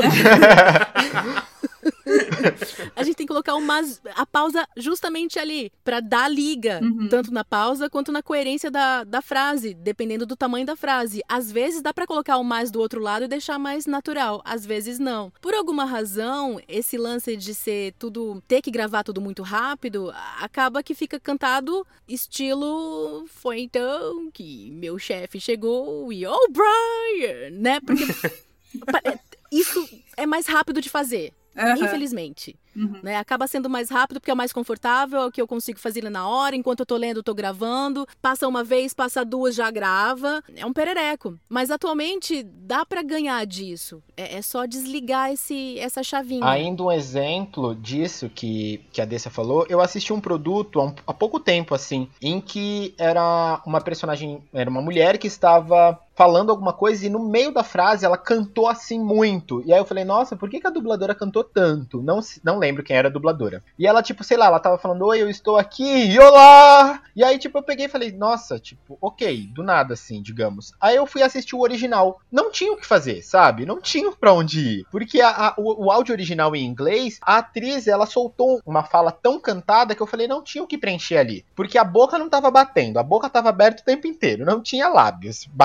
A gente tem que colocar o mas, a pausa justamente ali, pra dar liga, uhum. tanto na pausa quanto na coerência da, da frase, dependendo do tamanho da frase. Às vezes dá pra colocar o mais do outro lado e deixar mais natural, às vezes não. Por alguma razão, esse lance de ser tudo, ter que gravar tudo muito rápido, acaba que fica cantado estilo foi então que meu chefe chegou e oh Brian, né? Porque isso é mais rápido de fazer. Uhum. Infelizmente. Uhum. Né? Acaba sendo mais rápido porque é mais confortável, é o que eu consigo fazer na hora, enquanto eu tô lendo, eu tô gravando. Passa uma vez, passa duas, já grava. É um perereco. Mas atualmente dá pra ganhar disso. É, é só desligar esse, essa chavinha. Ainda um exemplo disso que, que a Dessa falou, eu assisti um produto há, um, há pouco tempo, assim, em que era uma personagem, era uma mulher que estava falando alguma coisa e no meio da frase ela cantou assim muito. E aí eu falei, nossa, por que, que a dubladora cantou tanto? Não, não lembro quem era a dubladora. E ela, tipo, sei lá, ela tava falando, oi, eu estou aqui, e olá! E aí, tipo, eu peguei e falei, nossa, tipo, ok, do nada, assim, digamos. Aí eu fui assistir o original. Não tinha o que fazer, sabe? Não tinha pra onde ir. Porque a, a, o, o áudio original em inglês, a atriz, ela soltou uma fala tão cantada que eu falei, não tinha o que preencher ali. Porque a boca não tava batendo, a boca tava aberta o tempo inteiro, não tinha lábios batendo,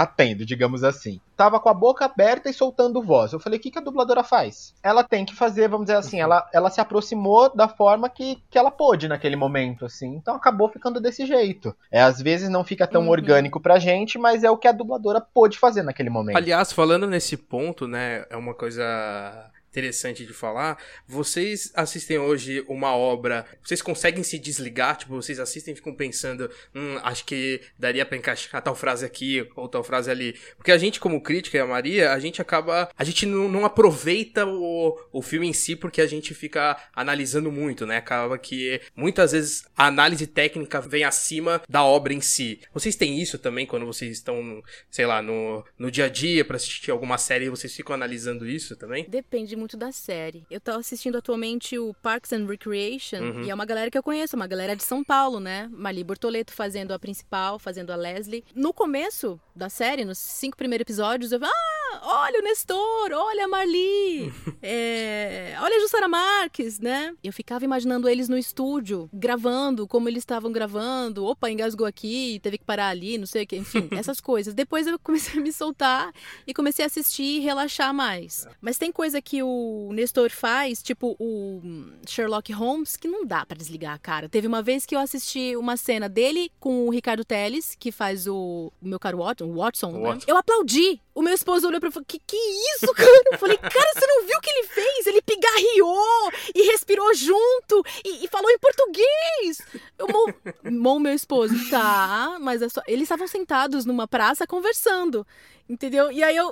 digamos assim. Tava com a boca aberta e soltando voz. Eu falei, o que, que a dubladora faz? Ela tem que fazer, vamos dizer assim, ela, ela se aproximou da forma que, que ela pôde naquele momento, assim. Então acabou ficando desse jeito. É, às vezes não fica tão uhum. orgânico pra gente, mas é o que a dubladora pôde fazer naquele momento. Aliás, falando nesse ponto, né, é uma coisa interessante de falar, vocês assistem hoje uma obra, vocês conseguem se desligar, tipo, vocês assistem e ficam pensando, hum, acho que daria pra encaixar tal frase aqui, ou tal frase ali, porque a gente como crítica, e a Maria, a gente acaba, a gente não, não aproveita o, o filme em si, porque a gente fica analisando muito, né, acaba que muitas vezes a análise técnica vem acima da obra em si. Vocês têm isso também quando vocês estão, sei lá, no, no dia a dia pra assistir alguma série, vocês ficam analisando isso também? Depende muito da série. Eu tô assistindo atualmente o Parks and Recreation, uhum. e é uma galera que eu conheço, uma galera de São Paulo, né? Marli Bortoleto fazendo a principal, fazendo a Leslie. No começo da série, nos cinco primeiros episódios, eu ah, olha o Nestor, olha a Marli, é, olha a Jussara Marques, né? Eu ficava imaginando eles no estúdio, gravando, como eles estavam gravando, opa, engasgou aqui, teve que parar ali, não sei o que, enfim, essas coisas. Depois eu comecei a me soltar e comecei a assistir e relaxar mais. Mas tem coisa que o o Nestor faz, tipo o Sherlock Holmes, que não dá pra desligar a cara. Teve uma vez que eu assisti uma cena dele com o Ricardo Teles, que faz o, o meu caro Watson, o Watson, o Watson. Né? Eu aplaudi. O meu esposo olhou pra mim e falou, que que isso, cara? Eu falei, cara, você não viu o que ele fez? Ele pigarreou e respirou junto e, e falou em português. Eu mo meu esposo, tá, mas é só... eles estavam sentados numa praça conversando, entendeu? E aí eu...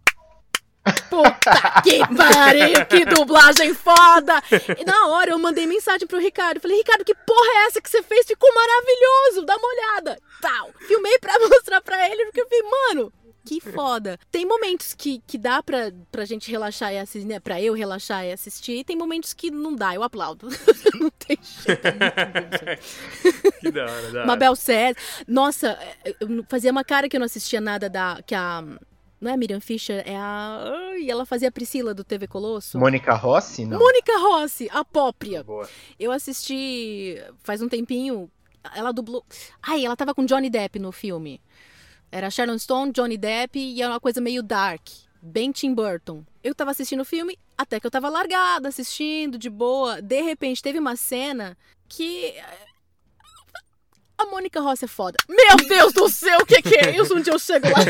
Puta que pariu, que dublagem foda! E na hora eu mandei mensagem pro Ricardo. Falei, Ricardo, que porra é essa que você fez? Ficou maravilhoso, dá uma olhada. Tal. Filmei pra mostrar pra ele, porque eu falei, mano, que foda. Tem momentos que, que dá pra, pra gente relaxar e assistir, né? Pra eu relaxar e assistir, e tem momentos que não dá, eu aplaudo. Não tem jeito. Que da hora, da hora. Mabel César. Nossa, eu fazia uma cara que eu não assistia nada da... que a... Não é a Miriam Fischer, é a... E ela fazia a Priscila do T V Colosso. Mônica Rossi, não? Mônica Rossi, a própria. Boa. Eu assisti faz um tempinho, ela dublou... Ai, ela tava com Johnny Depp no filme. Era Sharon Stone, Johnny Depp, e era uma coisa meio dark. Bem Tim Burton. Eu tava assistindo o filme, até que eu tava largada, assistindo, de boa. De repente, teve uma cena que... A Mônica Rossi é foda. Meu Deus do céu, o que, que é isso? Um dia eu chego lá.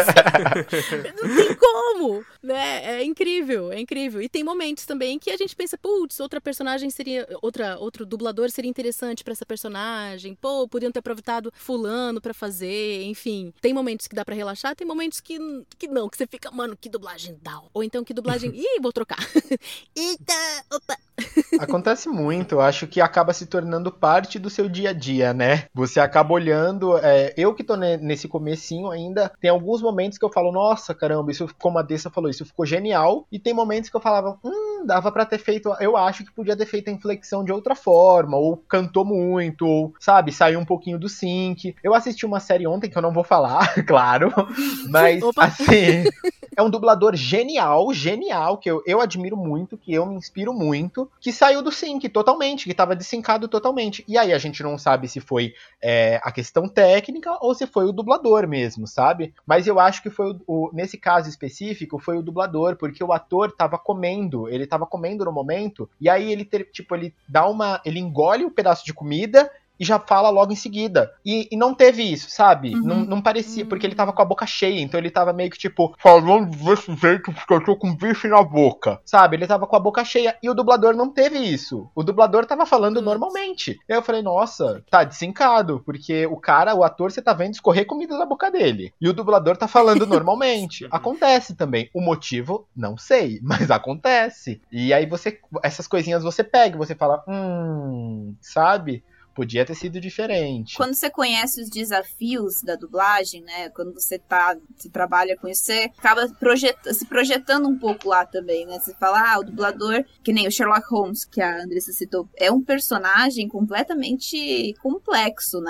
Não tem como, né? É incrível, é incrível. E tem momentos também que a gente pensa, putz, outra personagem seria... Outra, outro dublador seria interessante pra essa personagem. Pô, podiam ter aproveitado fulano pra fazer, enfim. Tem momentos que dá pra relaxar, tem momentos que, que não, que você fica, mano, que dublagem dá. Ou então que dublagem... Ih, vou trocar. Eita, opa. Acontece muito, eu acho que acaba se tornando parte do seu dia a dia, né? Você acaba olhando, é, eu que tô ne- nesse comecinho ainda, tem alguns momentos que eu falo, nossa, caramba, isso, como a Dessa falou, isso ficou genial, e tem momentos que eu falava, hum, dava pra ter feito, eu acho que podia ter feito a inflexão de outra forma, ou cantou muito, ou, sabe, saiu um pouquinho do sync. Eu assisti uma série ontem, que eu não vou falar, claro, mas, Opa. assim, é um dublador genial, genial, que eu, eu admiro muito, que eu me inspiro muito, que saiu do sync totalmente, que tava desincado totalmente. E aí a gente não sabe se foi é, a questão técnica ou se foi o dublador mesmo, sabe? Mas eu acho que foi, o, o, nesse caso específico, foi o dublador, porque o ator tava comendo, ele tava comendo no momento, e aí ele, ter, tipo, ele dá uma, ele engole um pedaço de comida e já fala logo em seguida. E, e não teve isso, sabe? Uhum. Não, não parecia, porque ele tava com a boca cheia, então ele tava meio que tipo, falando desse jeito porque eu tô com bife na boca, sabe? Ele tava com a boca cheia, e o dublador não teve isso. O dublador tava falando uhum. normalmente. E aí eu falei, nossa, tá desincado, porque o cara, o ator, você tá vendo escorrer comida da boca dele. E o dublador tá falando normalmente. Acontece também. O motivo, não sei, mas acontece. E aí você, essas coisinhas você pega, você fala, hum, sabe? Podia ter sido diferente. Quando você conhece os desafios da dublagem, né? Quando você tá, você trabalha com isso, você acaba projet, se projetando um pouco lá também, né? Você fala, ah, o dublador, que nem o Sherlock Holmes, que a Andressa citou, é um personagem completamente complexo, né?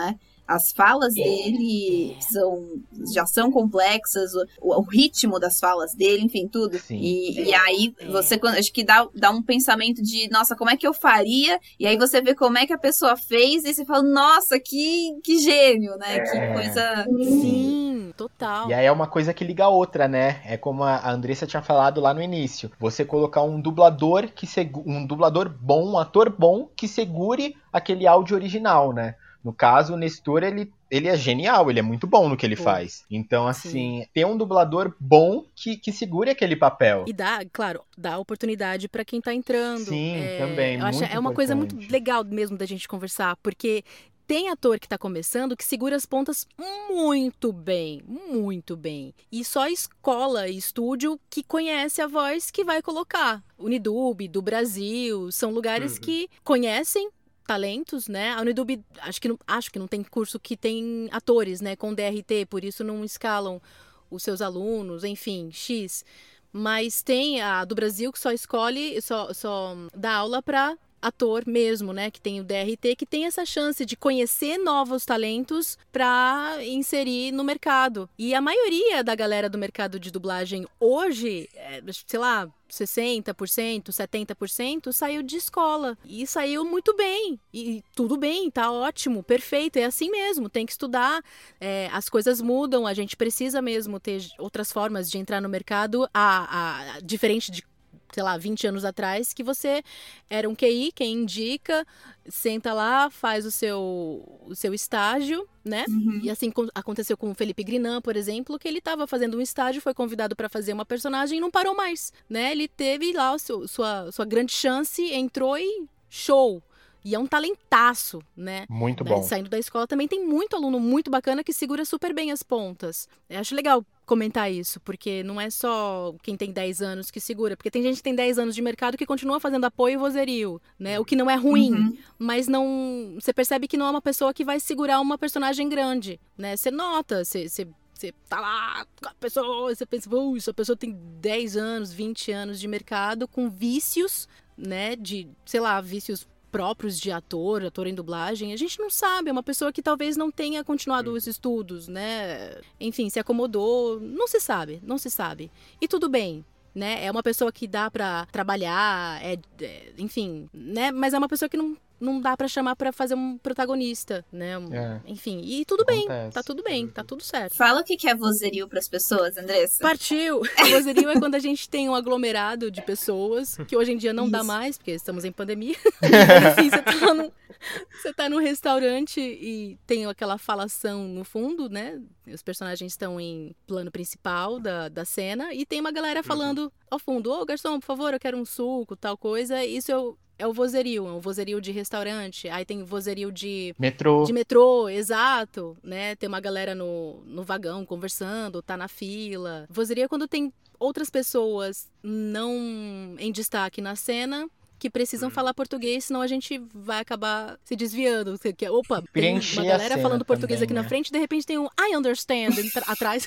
as falas dele são, já são complexas, o, o ritmo das falas dele, enfim, tudo. E, e aí você, acho que dá, dá um pensamento de, nossa, como é que eu faria? E aí você vê como é que a pessoa fez e você fala, nossa, que, que gênio, né? Que é. coisa... Sim, total. E aí é uma coisa que liga a outra, né? É como a Andressa tinha falado lá no início. Você colocar um dublador que segu... um dublador bom, um ator bom que segure aquele áudio original, né? No caso, o Nestor, ele, ele é genial, ele é muito bom no que ele Pô. faz. Então, assim, Sim. ter um dublador bom que, que segure aquele papel. E dá, claro, dá oportunidade pra quem tá entrando. Sim, é, também, eu muito acho, É uma importante. coisa muito legal mesmo da gente conversar, porque... Tem ator que tá começando que segura as pontas muito bem, muito bem. E só escola e estúdio que conhece a voz que vai colocar. Unidub, do Brasil, são lugares uhum. que conhecem talentos, né? A Unidub, acho que, não, acho que não tem curso que tem atores, né? Com D R T, por isso não escalam os seus alunos, enfim, X. Mas tem a do Brasil que só escolhe, só, só dá aula pra... ator mesmo, né, que tem o D R T, que tem essa chance de conhecer novos talentos para inserir no mercado. E a maioria da galera do mercado de dublagem hoje, é, sei lá, sessenta por cento, setenta por cento saiu de escola. E saiu muito bem. E tudo bem, tá ótimo, perfeito. É assim mesmo, tem que estudar. É, as coisas mudam, a gente precisa mesmo ter outras formas de entrar no mercado, a, a, diferente de sei lá, vinte anos atrás, que você era um Q I, quem indica, senta lá, faz o seu, o seu estágio, né? Uhum. E assim aconteceu com o Felipe Grinan, por exemplo, que ele estava fazendo um estágio, foi convidado para fazer uma personagem e não parou mais, né? Ele teve lá o seu, sua, sua grande chance, entrou e show! E é um talentaço, né? Muito né? bom. Saindo da escola também tem muito aluno muito bacana que segura super bem as pontas. Eu acho legal comentar isso, porque não é só quem tem dez anos que segura, porque tem gente que tem dez anos de mercado que continua fazendo apoio e vozerio, né? O que não é ruim, uhum. mas não... Você percebe que não é uma pessoa que vai segurar uma personagem grande, né? Você nota, você... você Você tá lá com a pessoa, você pensa, uh, essa pessoa tem dez anos, vinte anos de mercado com vícios, né? De, sei lá, vícios próprios de ator, ator em dublagem, a gente não sabe, é uma pessoa que talvez não tenha continuado os estudos, né? Enfim, se acomodou, não se sabe, não se sabe. E tudo bem, né? É uma pessoa que dá pra trabalhar, é, é, enfim, né? Mas é uma pessoa que não, não dá pra chamar pra fazer um protagonista, né? Um, é. Enfim, e tudo Acontece. bem, tá tudo bem, tá tudo certo. Fala o que é vozerio pras pessoas, Andressa. Partiu! Vozerio é quando a gente tem um aglomerado de pessoas, que hoje em dia não Isso. dá mais, porque estamos em pandemia. Enfim, você tá num, você tá num restaurante e tem aquela falação no fundo, né? Os personagens estão em plano principal da, da cena e tem uma galera falando uhum. ao fundo, ô, garçom, por favor, eu quero um suco, tal coisa. Isso eu... É o vozerio, é um vozerio de restaurante, aí tem vozerio de... Metrô. De metrô, exato, né? Tem uma galera no, no vagão conversando, tá na fila. Vozerio é quando tem outras pessoas não em destaque na cena que precisam hum. falar português, senão a gente vai acabar se desviando. Opa, tem uma galera falando português também, aqui né? na frente, de repente tem um I understand atrás.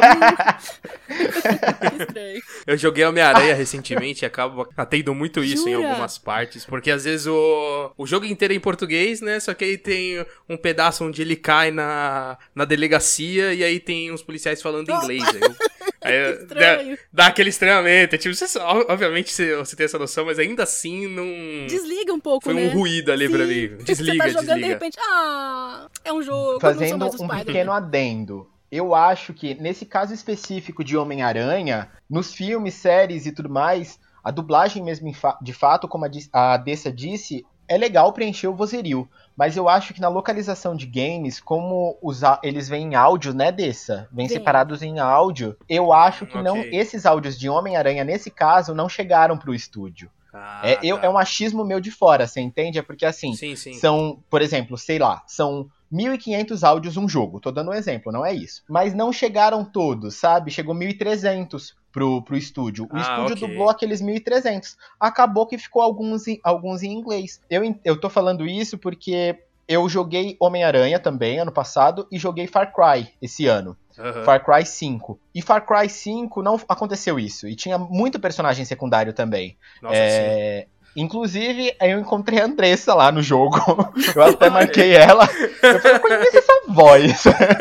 Estranho. Eu joguei Homem-Aranha recentemente e acabo atendo muito isso Jura? em algumas partes, porque às vezes o, o jogo inteiro é em português, né? Só que aí tem um pedaço onde ele cai na, na delegacia e aí tem uns policiais falando inglês. Aí eu, aí dá, dá aquele estranhamento. Tipo, você, obviamente você, você tem essa noção, mas ainda assim não... Desliga um pouco, Foi né? um ruído ali Sim. pra mim. Desliga, você tá jogando desliga. de repente, ah, é um jogo. Fazendo um pequeno adendo. Eu acho que, nesse caso específico de Homem-Aranha, nos filmes, séries e tudo mais, a dublagem mesmo, de fato, como a Dessa disse, é legal preencher o vozerio. Mas eu acho que na localização de games, como os, eles vêm em áudio, né, Dessa? Vêm separados em áudio. Eu acho que okay. não, esses áudios de Homem-Aranha, nesse caso, não chegaram pro estúdio. Ah, é, eu, tá. é um achismo meu de fora, você entende? É porque assim, sim, sim. são, por exemplo, sei lá, são mil e quinhentos áudios um jogo. Tô dando um exemplo, não é isso. Mas não chegaram todos, sabe? Chegou mil e trezentos pro, pro estúdio. O ah, estúdio okay. dublou aqueles mil e trezentos. Acabou que ficou alguns, alguns em inglês. Eu, eu tô falando isso porque eu joguei Homem-Aranha também, ano passado, e joguei Far Cry esse ano. Uhum. Far Cry cinco. E Far Cry cinco não aconteceu isso. E tinha muito personagem secundário também. Nossa, é... sim. Inclusive, eu encontrei a Andressa lá no jogo. Eu até marquei ela. Eu falei, eu conheço essa voz.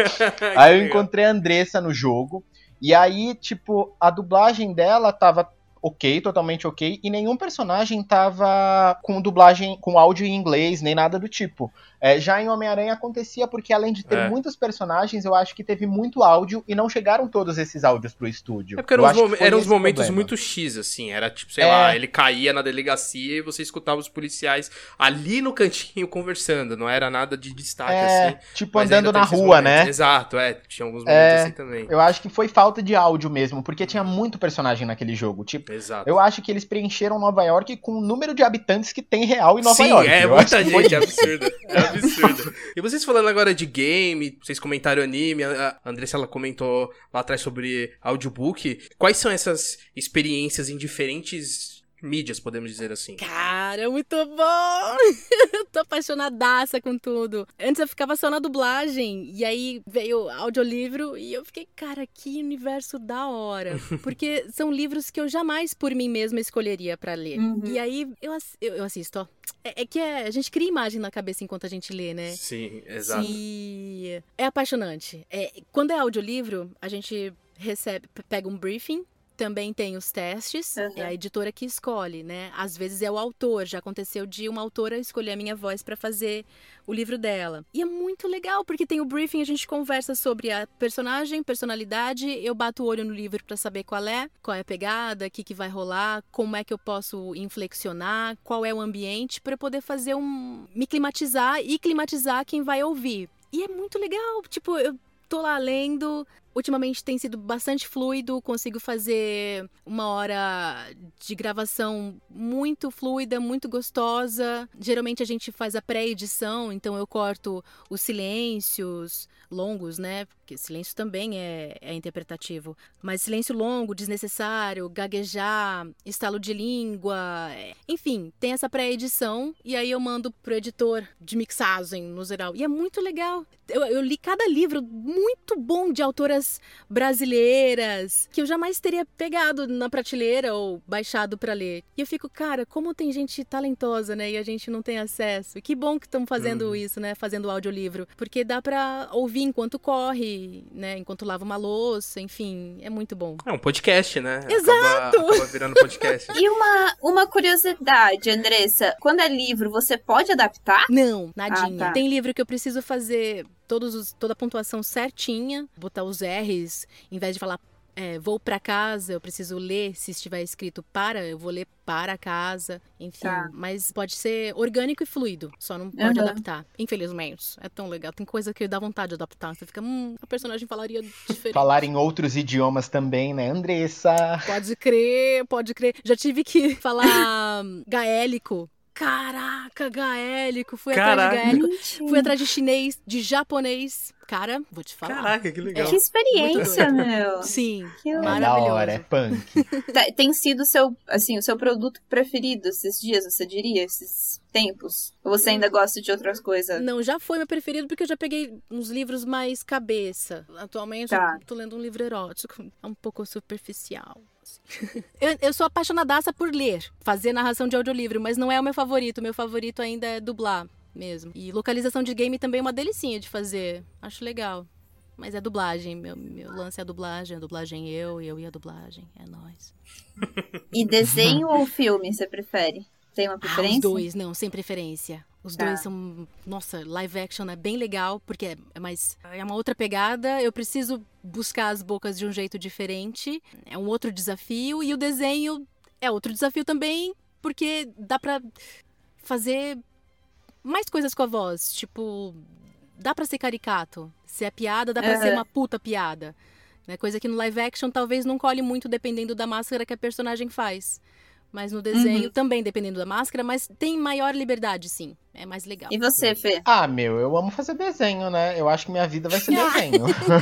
Aí eu encontrei a Andressa no jogo. E aí, tipo, a dublagem dela tava ok, totalmente ok. E nenhum personagem tava com dublagem, com áudio em inglês, nem nada do tipo. É, já em Homem-Aranha acontecia porque, além de ter é. muitos personagens, eu acho que teve muito áudio e não chegaram todos esses áudios pro estúdio. É porque eram, uns, mom eram uns momentos problema. muito X, assim. Era tipo, sei é... lá, ele caía na delegacia e você escutava os policiais ali no cantinho conversando. Não era nada de destaque, é, assim. Tipo, andando na rua, momentos. né? Exato, é. Tinha alguns momentos é, assim também. Eu acho que foi falta de áudio mesmo, porque tinha muito personagem naquele jogo. Tipo, Exato. Eu acho que eles preencheram Nova York com o número de habitantes que tem real em Nova Sim, York. Sim, é eu muita acho gente, é absurdo. É absurdo. E vocês falando agora de game, vocês comentaram anime, a Andressa ela comentou lá atrás sobre audiobook. Quais são essas experiências em diferentes mídias, podemos dizer assim? Cara, muito bom! Eu tô apaixonadaça com tudo. Antes eu ficava só na dublagem, e aí veio audiolivro, e eu fiquei, cara, que universo da hora. Porque são livros que eu jamais por mim mesma escolheria pra ler. Uhum. E aí eu, eu, eu assisto, ó. É, é que é, a gente cria imagem na cabeça enquanto a gente lê, né? Sim, exato. E é apaixonante. É, quando é audiolivro, a gente recebe, pega um briefing, também tem os testes, uhum. É a editora que escolhe, né? Às vezes é o autor, já aconteceu de uma autora escolher a minha voz para fazer o livro dela. E é muito legal, porque tem o briefing, a gente conversa sobre a personagem, personalidade, eu bato o olho no livro para saber qual é, qual é a pegada, o que, que vai rolar, como é que eu posso inflexionar, qual é o ambiente, para eu poder fazer um... me climatizar e climatizar quem vai ouvir. E é muito legal, tipo, eu tô lá lendo... Ultimamente tem sido bastante fluido, consigo fazer uma hora de gravação muito fluida, muito gostosa. Geralmente a gente faz a pré-edição, então eu corto os silêncios longos, né? Porque silêncio também é, é interpretativo. Mas silêncio longo, desnecessário, gaguejar, estalo de língua... Enfim, tem essa pré-edição e aí eu mando pro editor de mixagem, no geral. E é muito legal. Eu, eu li cada livro muito bom de autoras brasileiras que eu jamais teria pegado na prateleira ou baixado pra ler. E eu fico, cara, como tem gente talentosa, né? E a gente não tem acesso. E que bom que estamos fazendo uhum. isso, né? Fazendo audiolivro. Porque dá pra ouvir enquanto corre, né? Enquanto lava uma louça, enfim. É muito bom. É um podcast, né? Exato! Acaba, acaba virando podcast. E uma, uma curiosidade, Andressa. Quando é livro, você pode adaptar? Não, nadinha. Ah, tá. Tem livro que eu preciso fazer... Todos os, toda a pontuação certinha, botar os R's, em vez de falar é, vou pra casa, eu preciso ler, se estiver escrito para, eu vou ler para casa, enfim. Tá. Mas pode ser orgânico e fluido, só não pode uhum. adaptar. Infelizmente, é tão legal. Tem coisa que dá vontade de adaptar, você fica, hum, a personagem falaria diferente. Falar em outros idiomas também, né, Andressa? Pode crer, pode crer. Já tive que falar gaélico. Caraca, gaélico, fui Caraca. atrás de gaélico, Gente. fui atrás de chinês, de japonês. Cara, vou te falar. Caraca, que legal. Que experiência, meu. Sim, que maravilhoso. Da hora, é punk. Tem sido o seu, assim, o seu produto preferido esses dias, você diria, esses tempos? Ou você ainda gosta de outras coisas? Não, já foi meu preferido porque eu já peguei uns livros mais cabeça. Atualmente tá. eu tô lendo um livro erótico, é um pouco superficial. Eu, eu sou apaixonadaça por ler, fazer narração de audiolivro, mas não é o meu favorito. O meu favorito ainda é dublar mesmo. E localização de game também é uma delicinha de fazer. Acho legal. Mas é dublagem. Meu, meu lance é a dublagem. A dublagem eu, eu e a dublagem. É nóis. E desenho ou filme, você prefere? Tem uma preferência? Ah, os dois, não, sem preferência. Os tá. dois são... Nossa, live action é bem legal, porque é, mais, é uma outra pegada. Eu preciso buscar as bocas de um jeito diferente. É um outro desafio. E o desenho é outro desafio também, porque dá pra fazer mais coisas com a voz. Tipo, dá pra ser caricato. Se é piada, dá pra uhum. ser uma puta piada. Né? Coisa que no live action talvez não colhe muito, dependendo da máscara que a personagem faz. Mas no desenho uhum. também, dependendo da máscara, mas tem maior liberdade, sim. É mais legal. E você, Fê? Ah, meu, eu amo fazer desenho, né? Eu acho que minha vida vai ser desenho.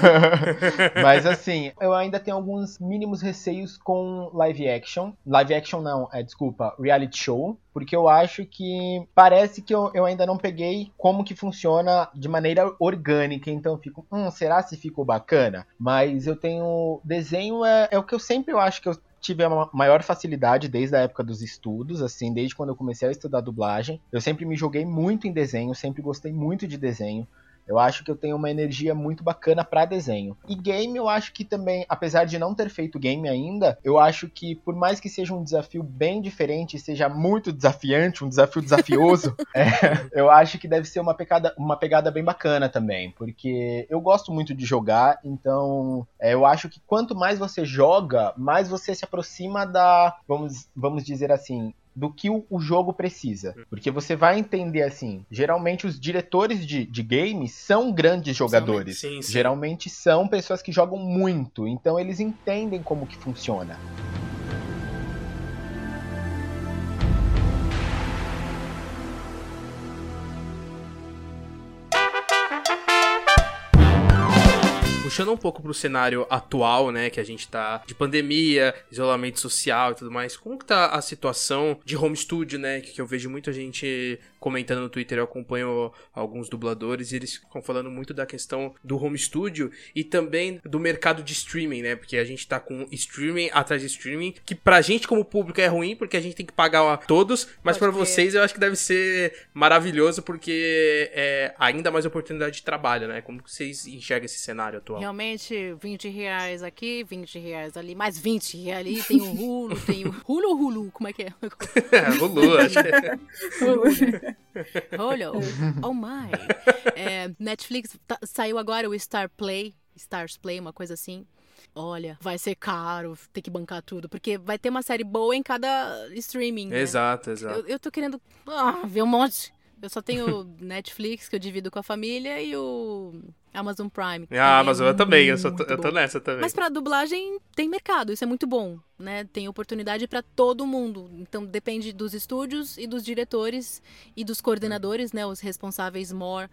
Mas assim, eu ainda tenho alguns mínimos receios com live action. Live action não, é, desculpa, reality show. Porque eu acho que parece que eu, eu ainda não peguei como que funciona de maneira orgânica. Então eu fico, hum, será se ficou bacana? Mas eu tenho... Desenho é, é o que eu sempre eu acho que eu tive a maior facilidade desde a época dos estudos, assim, desde quando eu comecei a estudar dublagem. Eu sempre me joguei muito em desenho, sempre gostei muito de desenho. Eu acho que eu tenho uma energia muito bacana pra desenho. E game, eu acho que também, apesar de não ter feito game ainda, eu acho que por mais que seja um desafio bem diferente, seja muito desafiante, um desafio desafioso, é, eu acho que deve ser uma pegada, uma pegada bem bacana também, porque eu gosto muito de jogar, então é, eu acho que quanto mais você joga, mais você se aproxima da, vamos, vamos dizer assim, do que o, o jogo precisa. Porque você vai entender assim, geralmente os diretores de, de games são grandes jogadores. Sim, sim. Geralmente são pessoas que jogam muito, então eles entendem como que funciona. Puxando um pouco pro cenário atual, né, que a gente tá de pandemia, isolamento social e tudo mais, como que tá a situação de home studio, né, que eu vejo muita gente comentando no Twitter, eu acompanho alguns dubladores e eles ficam falando muito da questão do home studio e também do mercado de streaming, né, porque a gente tá com streaming atrás de streaming, que pra gente como público é ruim, porque a gente tem que pagar a todos, mas pra vocês eu acho que deve ser maravilhoso, porque é ainda mais oportunidade de trabalho, né, como que vocês enxergam esse cenário atual? Realmente, vinte reais aqui, vinte reais ali, mais vinte reais ali, tem o Hulu, tem o Hulu ou Hulu, como é que é? Hulu, acho que é. Hulu, oh my. É, Netflix, tá, saiu agora o Star Play, Stars Play, uma coisa assim. Olha, vai ser caro ter que bancar tudo, porque vai ter uma série boa em cada streaming, né? Exato, exato. Eu, eu tô querendo ah, ver um monte. Eu só tenho Netflix, que eu divido com a família, e o Amazon Prime. Ah, Amazon é eu também, eu, sou, muito eu tô bom. nessa também. Mas pra dublagem tem mercado, isso é muito bom, né? Tem oportunidade pra todo mundo. Então depende dos estúdios e dos diretores e dos coordenadores, né? Os responsáveis more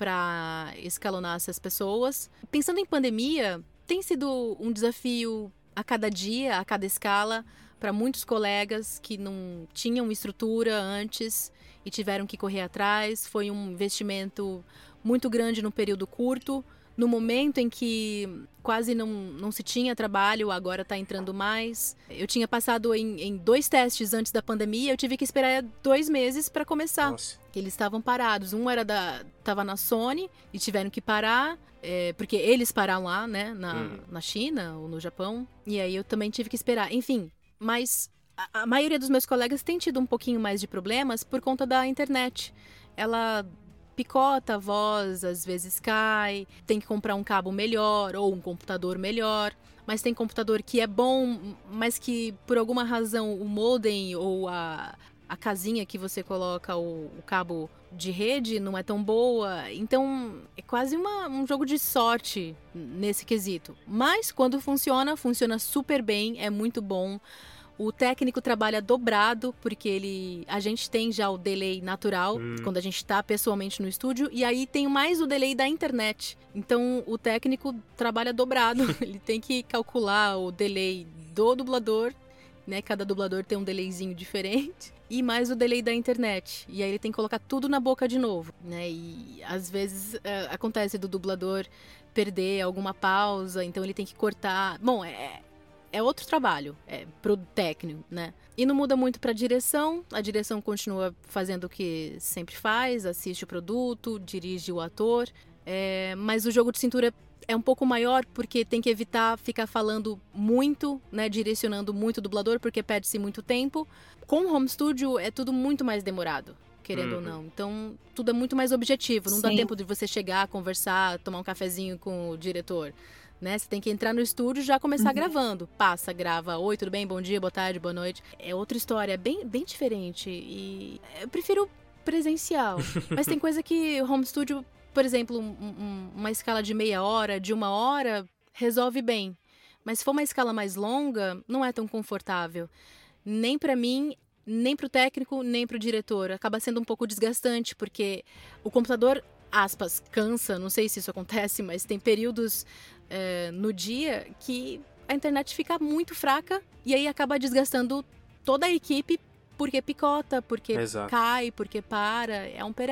pra escalonar essas pessoas. Pensando em pandemia, tem sido um desafio a cada dia, a cada escala, para muitos colegas que não tinham estrutura antes e tiveram que correr atrás. Foi um investimento muito grande no período curto. No momento em que quase não, não se tinha trabalho, agora está entrando mais. Eu tinha passado em, em dois testes antes da pandemia, eu tive que esperar dois meses para começar. Nossa. Eles estavam parados. Um era da, tava na Sony e tiveram que parar, é, porque eles pararam lá, né, na, Uhum. na China ou no Japão. E aí eu também tive que esperar. Enfim, mas a, a maioria dos meus colegas tem tido um pouquinho mais de problemas por conta da internet. Ela picota a voz, às vezes cai, tem que comprar um cabo melhor ou um computador melhor. Mas tem computador que é bom, mas que por alguma razão o modem ou a, a casinha que você coloca o, o cabo de rede não é tão boa. Então é quase uma, um jogo de sorte nesse quesito. Mas quando funciona, funciona super bem, é muito bom. O técnico trabalha dobrado, porque ele, a gente tem já o delay natural, hum. quando a gente está pessoalmente no estúdio, e aí tem mais o delay da internet. Então, o técnico trabalha dobrado, ele tem que calcular o delay do dublador, né? Cada dublador tem um delayzinho diferente, e mais o delay da internet. E aí ele tem que colocar tudo na boca de novo, né? E às vezes é, acontece do dublador perder alguma pausa, então ele tem que cortar. Bom, é... É outro trabalho, é pro técnico, né? E não muda muito pra direção. A direção continua fazendo o que sempre faz, assiste o produto, dirige o ator. É, mas o jogo de cintura é um pouco maior porque tem que evitar ficar falando muito, né? Direcionando muito o dublador, porque perde-se muito tempo. Com o home studio é tudo muito mais demorado, querendo uhum. ou não. Então, tudo é muito mais objetivo. Não Sim. dá tempo de você chegar, conversar, tomar um cafezinho com o diretor. Né? Você tem que entrar no estúdio e já começar uhum. gravando. Passa, grava. Oi, tudo bem? Bom dia, boa tarde, boa noite. É outra história, é bem, bem diferente. E eu prefiro presencial. Mas tem coisa que home studio, por exemplo, um, um, uma escala de meia hora, de uma hora, resolve bem. Mas se for uma escala mais longa, não é tão confortável. Nem pra mim, nem pro técnico, nem pro diretor. Acaba sendo um pouco desgastante, porque o computador, aspas, cansa. Não sei se isso acontece, mas tem períodos... É, no dia que a internet fica muito fraca e aí acaba desgastando toda a equipe porque picota, porque Exato. cai, porque para, é um perereco.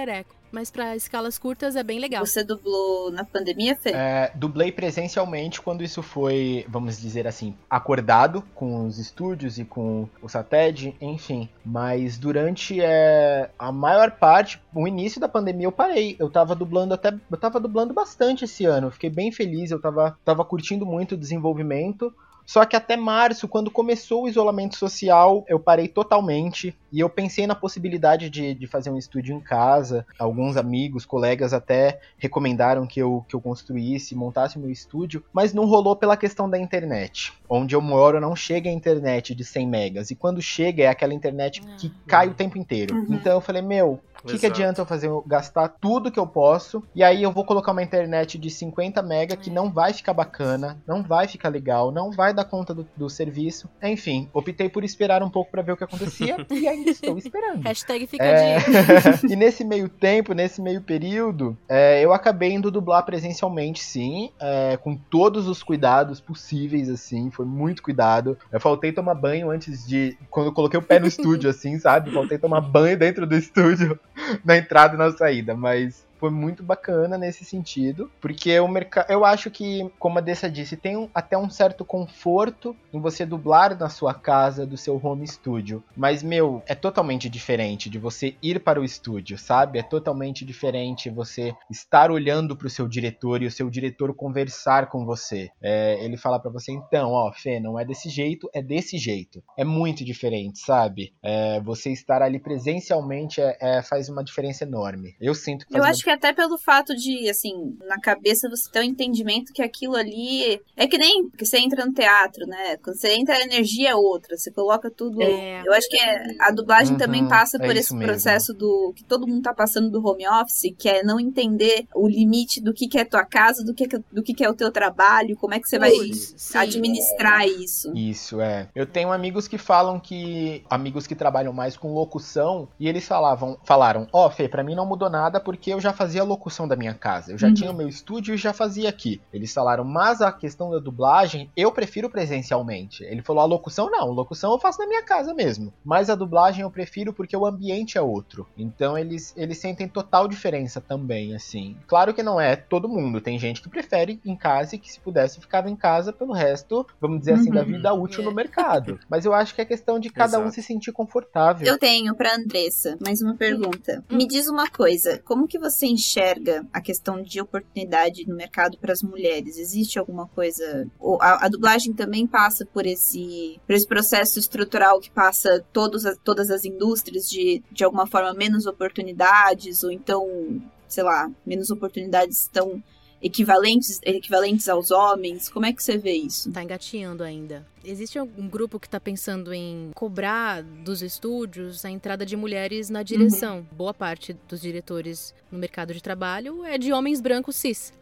mas pra escalas curtas é bem legal. Você dublou na pandemia, Fê? É, dublei presencialmente quando isso foi, vamos dizer assim, acordado com os estúdios e com o SATED, enfim. Mas durante é, a maior parte, o início da pandemia eu parei. Eu tava dublando até, eu tava dublando bastante esse ano. Eu fiquei bem feliz, eu tava, tava curtindo muito o desenvolvimento. Só que até março, quando começou o isolamento social, eu parei totalmente. E eu pensei na possibilidade de, de fazer um estúdio em casa. Alguns amigos, colegas até recomendaram que eu, que eu construísse, montasse meu estúdio. Mas não rolou pela questão da internet. Onde eu moro não chega a internet de cem megas. E quando chega é aquela internet que cai o tempo inteiro. Uhum. Então eu falei, meu... O que, que adianta eu fazer, eu gastar tudo que eu posso, e aí eu vou colocar uma internet de cinquenta mega que não vai ficar bacana, não vai ficar legal, não vai dar conta do, do serviço. Enfim, optei por esperar um pouco pra ver o que acontecia, e ainda estou esperando. Hashtag fica é... de... E nesse meio tempo, nesse meio período, é, eu acabei indo dublar presencialmente, sim, é, com todos os cuidados possíveis, assim, foi muito cuidado. Eu faltei tomar banho antes de... Quando eu coloquei o pé no estúdio, assim, sabe? Faltei tomar banho dentro do estúdio. Na entrada e na saída, mas foi muito bacana nesse sentido, porque o mercado, eu acho que, como a Dessa disse, tem um, até um certo conforto em você dublar na sua casa, do seu home studio, mas, meu, é totalmente diferente de você ir para o estúdio, sabe? É totalmente diferente você estar olhando para o seu diretor e o seu diretor conversar com você. É, ele fala para você, então, ó, Fê, não é desse jeito, é desse jeito. É muito diferente, sabe? É, você estar ali presencialmente é, é, faz uma diferença enorme. Eu sinto que faz Eu uma acho que até pelo fato de, assim, na cabeça você ter um entendimento que aquilo ali... É que nem que você entra no teatro, né? Quando você entra, a energia é outra. Você coloca tudo... É. Eu acho que é, a dublagem uhum, também passa é por esse mesmo. processo do... Que todo mundo tá passando do home office, que é não entender o limite do que, que é tua casa, do que, do que, que é o teu trabalho, como é que você vai Sim. administrar isso. Isso, é. Eu tenho amigos que falam que... Amigos que trabalham mais com locução, e eles falavam, falaram, ó, oh, Fê, pra mim não mudou nada, porque eu já fazia a locução da minha casa. Eu já uhum. tinha o meu estúdio e já fazia aqui. Eles falaram, mas a questão da dublagem, eu prefiro presencialmente. Ele falou, a locução não. A locução eu faço na minha casa mesmo. Mas a dublagem eu prefiro porque o ambiente é outro. Então eles, eles sentem total diferença também, assim. Claro que não é todo mundo. Tem gente que prefere em casa e que se pudesse ficava em casa pelo resto, vamos dizer uhum. assim, da vida útil é. no mercado. Mas eu acho que é questão de cada Exato. um se sentir confortável. Eu tenho pra Andressa mais uma pergunta. Hum. Me diz uma coisa. Como que você enxerga a questão de oportunidade no mercado para as mulheres? Existe alguma coisa... A, a dublagem também passa por esse, por esse processo estrutural que passa todos as, todas as indústrias de, de alguma forma, menos oportunidades, ou então, sei lá, menos oportunidades tão equivalentes, equivalentes aos homens? Como é que você vê isso? Tá engatinhando ainda. Existe um grupo que tá pensando em cobrar dos estúdios a entrada de mulheres na direção. Uhum. Boa parte dos diretores no mercado de trabalho é de homens brancos cis.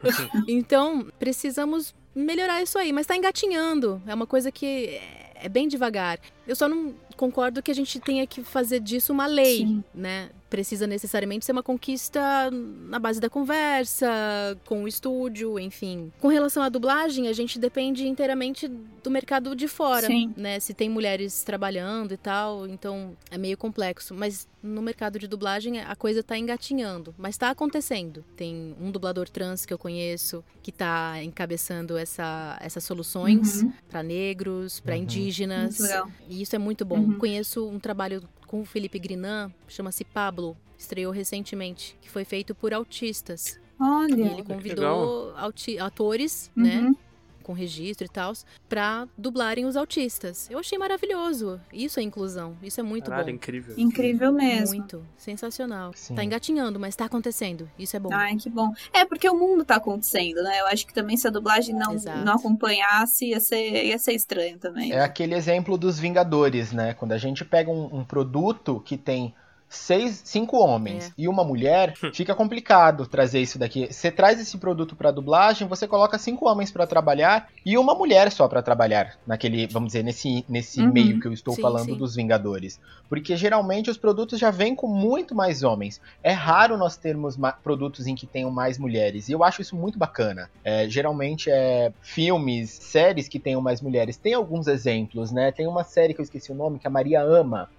Então, precisamos melhorar isso aí, mas tá engatinhando. É uma coisa que é bem devagar. Eu só não concordo que a gente tenha que fazer disso uma lei, Sim. né? Precisa necessariamente ser uma conquista na base da conversa, com o estúdio, enfim. Com relação à dublagem, a gente depende inteiramente do mercado de fora, Sim. né? Se tem mulheres trabalhando e tal, então é meio complexo. Mas no mercado de dublagem a coisa tá engatinhando, mas tá acontecendo. Tem um dublador trans que eu conheço que tá encabeçando essa, essas soluções uhum. para negros, para uhum. indígenas. Muito legal. E isso é muito bom. Uhum. Conheço um trabalho com o Felipe Grinan, chama-se Pablo, estreou recentemente, que foi feito por autistas. Olha! E ele convidou auti- atores, uhum. né, com registro e tal, pra dublarem os autistas. Eu achei maravilhoso. Isso é inclusão, isso é muito Caralho, bom. incrível. Incrível mesmo. Muito, sensacional. Sim. Tá engatinhando, mas tá acontecendo, isso é bom. Ai, que bom. É, porque o mundo tá acontecendo, né? Eu acho que também se a dublagem não, não acompanhasse, ia ser, ia ser estranho também. É aquele exemplo dos Vingadores, né? Quando a gente pega um, um produto que tem seis, cinco homens é. e uma mulher, fica complicado trazer isso daqui. Você traz esse produto pra dublagem, você coloca cinco homens pra trabalhar e uma mulher só pra trabalhar naquele, vamos dizer, nesse, nesse uhum. meio que eu estou sim, falando sim. dos Vingadores. Porque geralmente os produtos já vêm com muito mais homens. É raro nós termos ma- produtos em que tenham mais mulheres. E eu acho isso muito bacana. É, geralmente é filmes, séries que tenham mais mulheres. Tem alguns exemplos, né? Tem uma série que eu esqueci o nome, que a Maria ama.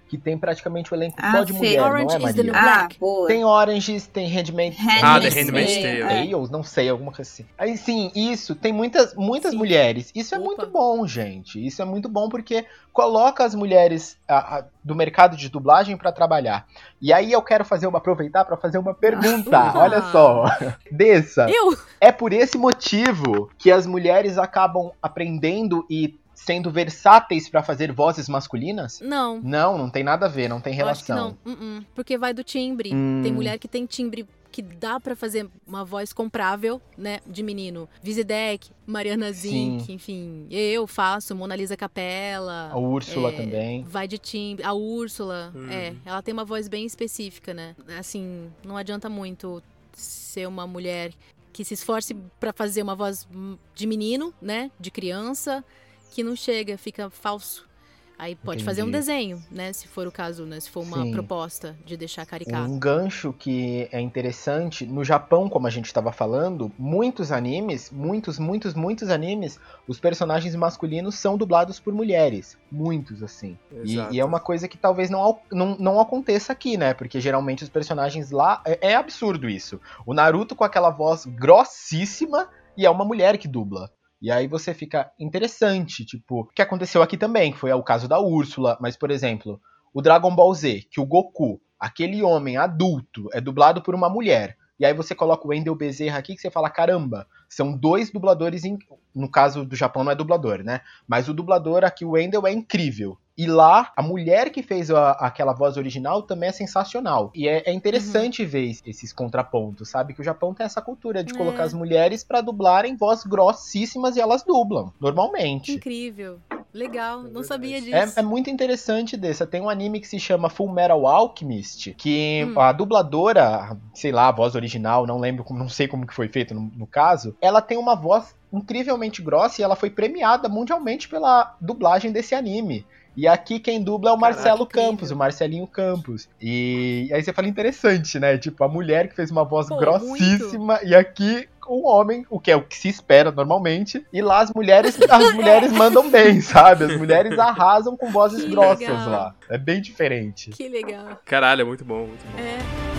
que tem praticamente o elenco Ah, só de Fê, mulher, Orange não é, is the Maria? New Ah, Black. boa. Tem Oranges, tem Handmaid's Ah, The Handmaid's Handmaid's Tale, Tale. é. Tales, não sei, alguma coisa assim. Aí sim, isso, tem muitas, muitas Sim. mulheres. Isso é Opa. muito bom, gente. Isso é muito bom porque coloca as mulheres a- a- do mercado de dublagem pra trabalhar. E aí eu quero fazer uma, aproveitar pra fazer uma pergunta. Opa. Olha só. Dessa. Eu? É por esse motivo que as mulheres acabam aprendendo e sendo versáteis pra fazer vozes masculinas? Não. Não, não tem nada a ver, não tem Eu acho que relação. não. Uh-uh. Porque vai do timbre. Hum. Tem mulher que tem timbre que dá pra fazer uma voz comprável, né, de menino. Vizidek, Mariana Zink, Sim. enfim. Eu faço, Mona Lisa Capella. A Úrsula é, também. Vai de timbre. A Úrsula, Hum. é. Ela tem uma voz bem específica, né? Assim, não adianta muito ser uma mulher que se esforce pra fazer uma voz de menino, né, de criança, que não chega, fica falso. Aí pode Entendi. fazer um desenho, né? Se for o caso, né? Se for uma Sim. proposta de deixar caricato. Um gancho que é interessante, no Japão, como a gente estava falando, muitos animes, muitos, muitos, muitos animes, os personagens masculinos são dublados por mulheres. Muitos, assim. E, Exato. e é uma coisa que talvez não, al- não, não aconteça aqui, né? Porque geralmente os personagens lá. É, é absurdo isso. O Naruto com aquela voz grossíssima e é uma mulher que dubla. E aí você fica interessante, tipo, o que aconteceu aqui também, que foi o caso da Úrsula, mas, por exemplo, o Dragon Ball Z, que o Goku, aquele homem adulto, é dublado por uma mulher. E aí você coloca o Wendell Bezerra aqui, que você fala, caramba, são dois dubladores, in... no caso do Japão não é dublador, né? Mas o dublador aqui, o Wendell, é incrível. E lá, a mulher que fez a, aquela voz original também é sensacional. E é, é interessante ver esses contrapontos, sabe? Que o Japão tem essa cultura de É. colocar as mulheres pra dublarem voz grossíssimas e elas dublam, normalmente. Incrível. Legal. Não verdade. sabia disso. É, é muito interessante dessa. Tem um anime que se chama Full Metal Alchemist, que Hum. a dubladora, sei lá, a voz original, não lembro, como- não sei como que foi feito no, no caso, ela tem uma voz incrivelmente grossa e ela foi premiada mundialmente pela dublagem desse anime. E aqui quem dubla é o Caraca, Marcelo incrível. Campos, o Marcelinho Campos. E aí você fala interessante, né? Tipo, a mulher que fez uma voz Pô, grossíssima e aqui o homem, o que é o que se espera normalmente. E lá as mulheres, as mulheres mandam bem, sabe? As mulheres arrasam com vozes Que grossas legal. lá. É bem diferente. Que legal. Caralho, é muito bom, muito bom. É.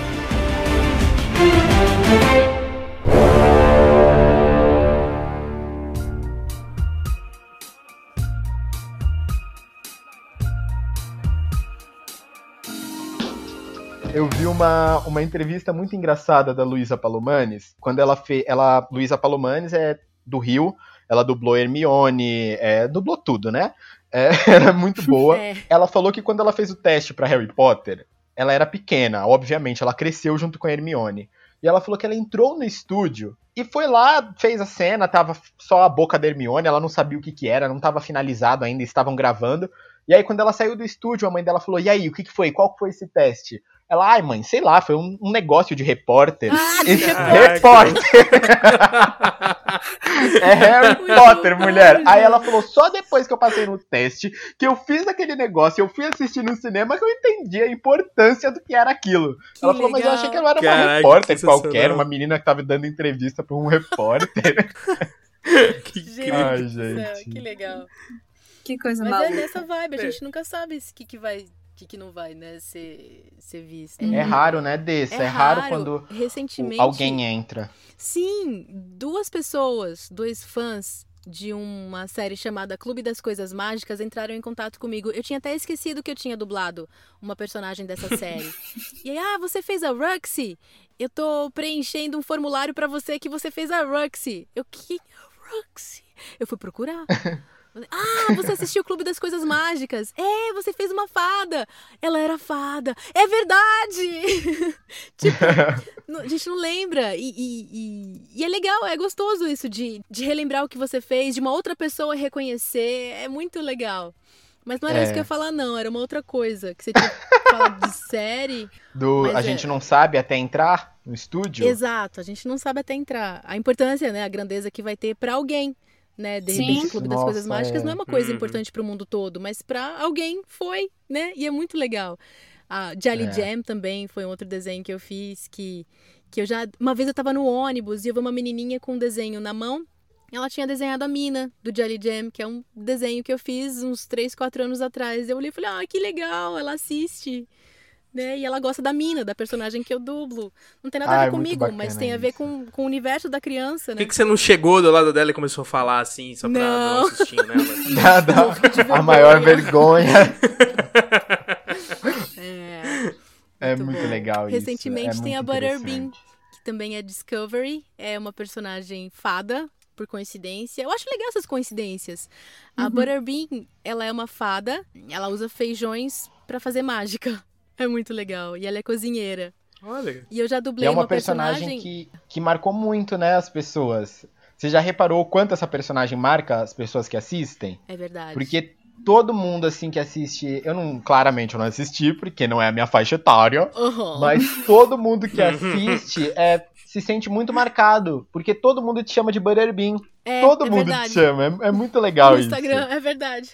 Eu vi uma, uma entrevista muito engraçada da Luísa Palomanes, quando ela fez. Ela, Luísa Palomanes é do Rio, ela dublou Hermione, é, dublou tudo, né? É, era muito boa. É. Ela falou que quando ela fez o teste pra Harry Potter, ela era pequena, obviamente, ela cresceu junto com a Hermione. E ela falou que ela entrou no estúdio e foi lá, fez a cena, tava só a boca da Hermione, ela não sabia o que que era, não tava finalizado ainda, estavam gravando. E aí quando ela saiu do estúdio, a mãe dela falou, e aí, o que que foi? Qual que foi esse teste? Ela, ai mãe, sei lá, foi um, um negócio de repórter. Ah, de Esse repórter. repórter! É Harry Muito Potter, bom, mulher. Aí gente. ela falou, só depois que eu passei no teste, que eu fiz aquele negócio, eu fui assistir no cinema, que eu entendi a importância do que era aquilo. Que ela falou, mas eu legal. achei que ela era uma Caraca, repórter que qualquer, sensacional. uma menina que tava dando entrevista pra um repórter. Que Gente, incrível. Ai, do céu, gente. que legal. Que coisa Mas é maluca. nessa vibe, a É. gente nunca sabe o que, que vai, o que, que não vai, né, ser, ser visto. É raro, né, desse? É, raro, quando o- Recentemente, alguém entra. sim, duas pessoas, dois fãs de uma série chamada Clube das Coisas Mágicas entraram em contato comigo. Eu tinha até esquecido que eu tinha dublado uma personagem dessa série. E aí, ah, você fez a Ruxy? Eu tô preenchendo um formulário pra você que você fez a Ruxy. Eu, que Ruxy? Eu fui procurar. Ah, você assistiu o Clube das Coisas Mágicas? É, você fez uma fada. Ela era fada. É verdade! Tipo, não- a gente não lembra. E, e- e- e é legal, é gostoso isso de, de relembrar o que você fez, de uma outra pessoa reconhecer. É muito legal. Mas não era É. isso que eu ia falar, não. Era uma outra coisa. Que você tinha falado de série. Do, Mas a é. gente não sabe até entrar no estúdio? Exato, a gente não sabe até entrar. A importância, né, a grandeza que vai ter pra alguém, né? De Sim. repente, o Clube das Nossa, Coisas Mágicas é. não é uma coisa Uhum. importante pro mundo todo, mas pra alguém foi, né? E é muito legal. A Jolly É. Jam também foi um outro desenho que eu fiz que que eu já uma vez eu tava no ônibus e eu vi uma menininha com um desenho na mão. ela tinha desenhado a Mina, do Jelly Jam, que é um desenho que eu fiz uns três, quatro anos atrás. Eu olhei e falei, ah, que legal, ela assiste. Né? E ela gosta da Mina, da personagem que eu dublo. Não tem nada a ver Ah, é muito comigo, bacana mas tem a ver com, com o universo da criança, Por né? que, que você não chegou do lado dela e começou a falar assim, só pra Não. dar um sustinho nela? Nada, a maior vergonha. É, É muito muito bom. legal isso. Recentemente é tem a muito Butterbean, interessante. que também é Discovery. É uma personagem fada, por coincidência. Eu acho legal essas coincidências. A Butterbean, ela é uma fada, ela usa feijões pra fazer mágica. É muito legal. E ela é cozinheira. Olha. E eu já E dublei é uma, uma personagem, personagem... que, que marcou muito, né, as pessoas. Você já reparou o quanto essa personagem marca as pessoas que assistem? É verdade. Porque todo mundo, assim, que assiste... Eu não, claramente, eu não assisti, porque não é a minha faixa etária. Uhum. Mas todo mundo que assiste é, se sente muito marcado. Porque todo mundo te chama de Butterbean. É, todo é mundo verdade. te chama. É, é muito legal No isso. Instagram, é verdade.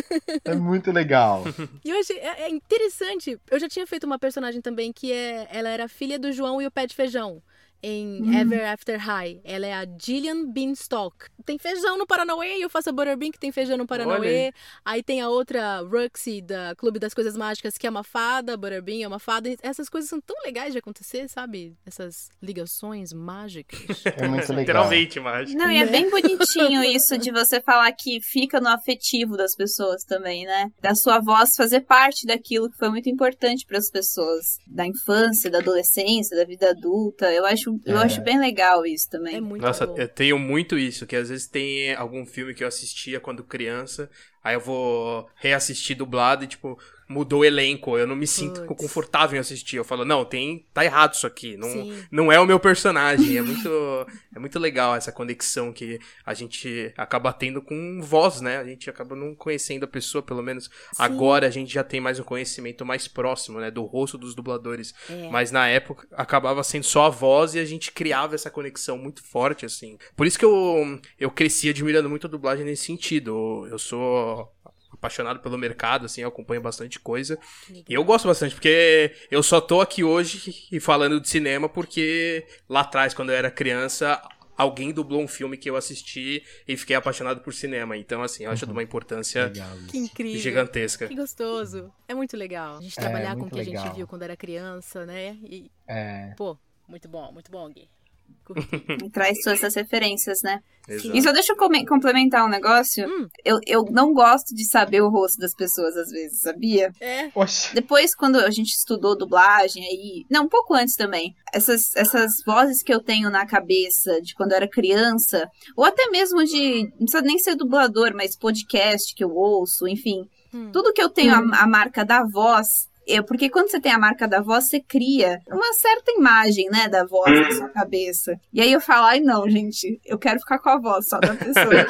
É muito legal. E eu achei, é, é interessante. Eu já tinha feito uma personagem também que é, ela era filha do João e o Pé de Feijão. Em Hum. Ever After High. Ela é a Gillian Beanstalk. Tem feijão no Paranauê e eu faço a Butterbean que tem feijão no Paranauê. Aí tem a outra Ruxy da Clube das Coisas Mágicas que é uma fada. A Butterbean é uma fada. Essas coisas são tão legais de acontecer, sabe? Essas ligações mágicas. É muito legal. Literalmente, mas. Não, e é Né? bem bonitinho isso de você falar que fica no afetivo das pessoas também, né? Da sua voz fazer parte daquilo que foi muito importante para as pessoas. Da infância, da adolescência, da vida adulta. Eu acho, eu É. acho bem legal isso também. É muito Nossa, bom. eu tenho muito isso, que às vezes tem algum filme que eu assistia quando criança, aí eu vou reassistir dublado e, tipo, mudou o elenco, eu não me sinto Puts. confortável em assistir. Eu falo, não, tem, tá errado isso aqui, não, Sim. não é o meu personagem. É muito, é muito legal essa conexão que a gente acaba tendo com voz, né? A gente acaba não conhecendo a pessoa, pelo menos agora a gente já tem mais um conhecimento mais próximo, né? Do rosto dos dubladores. É. Mas na época acabava sendo só a voz e a gente criava essa conexão muito forte, assim. Por isso que eu, eu cresci admirando muito a dublagem nesse sentido. Eu sou apaixonado pelo mercado, assim, eu acompanho bastante coisa. E eu gosto bastante, porque eu só tô aqui hoje e falando de cinema porque lá atrás, quando eu era criança, alguém dublou um filme que eu assisti e fiquei apaixonado por cinema. Então, assim, eu acho de uma importância Legal isso. Que incrível. gigantesca. Que gostoso. É muito legal. A gente É, trabalhar com o muito que a legal. gente viu quando era criança, né? E, É. pô, muito bom, muito bom, Gui. Curti. E traz todas essas referências, né? Exato. E só deixa eu come- complementar um negócio. Hum. Eu, eu não gosto de saber o rosto das pessoas, às vezes, sabia? É, Oxe. Depois, quando a gente estudou dublagem, aí... Não, um pouco antes também. Essas, essas vozes que eu tenho na cabeça de quando eu era criança, ou até mesmo de... Não precisa nem ser dublador, mas podcast que eu ouço, enfim. Hum. Tudo que eu tenho a, a marca da voz... Eu, porque quando você tem a marca da voz, você cria uma certa imagem, né, da voz na sua cabeça. E aí eu falo, ai não, gente, eu quero ficar com a voz só da pessoa.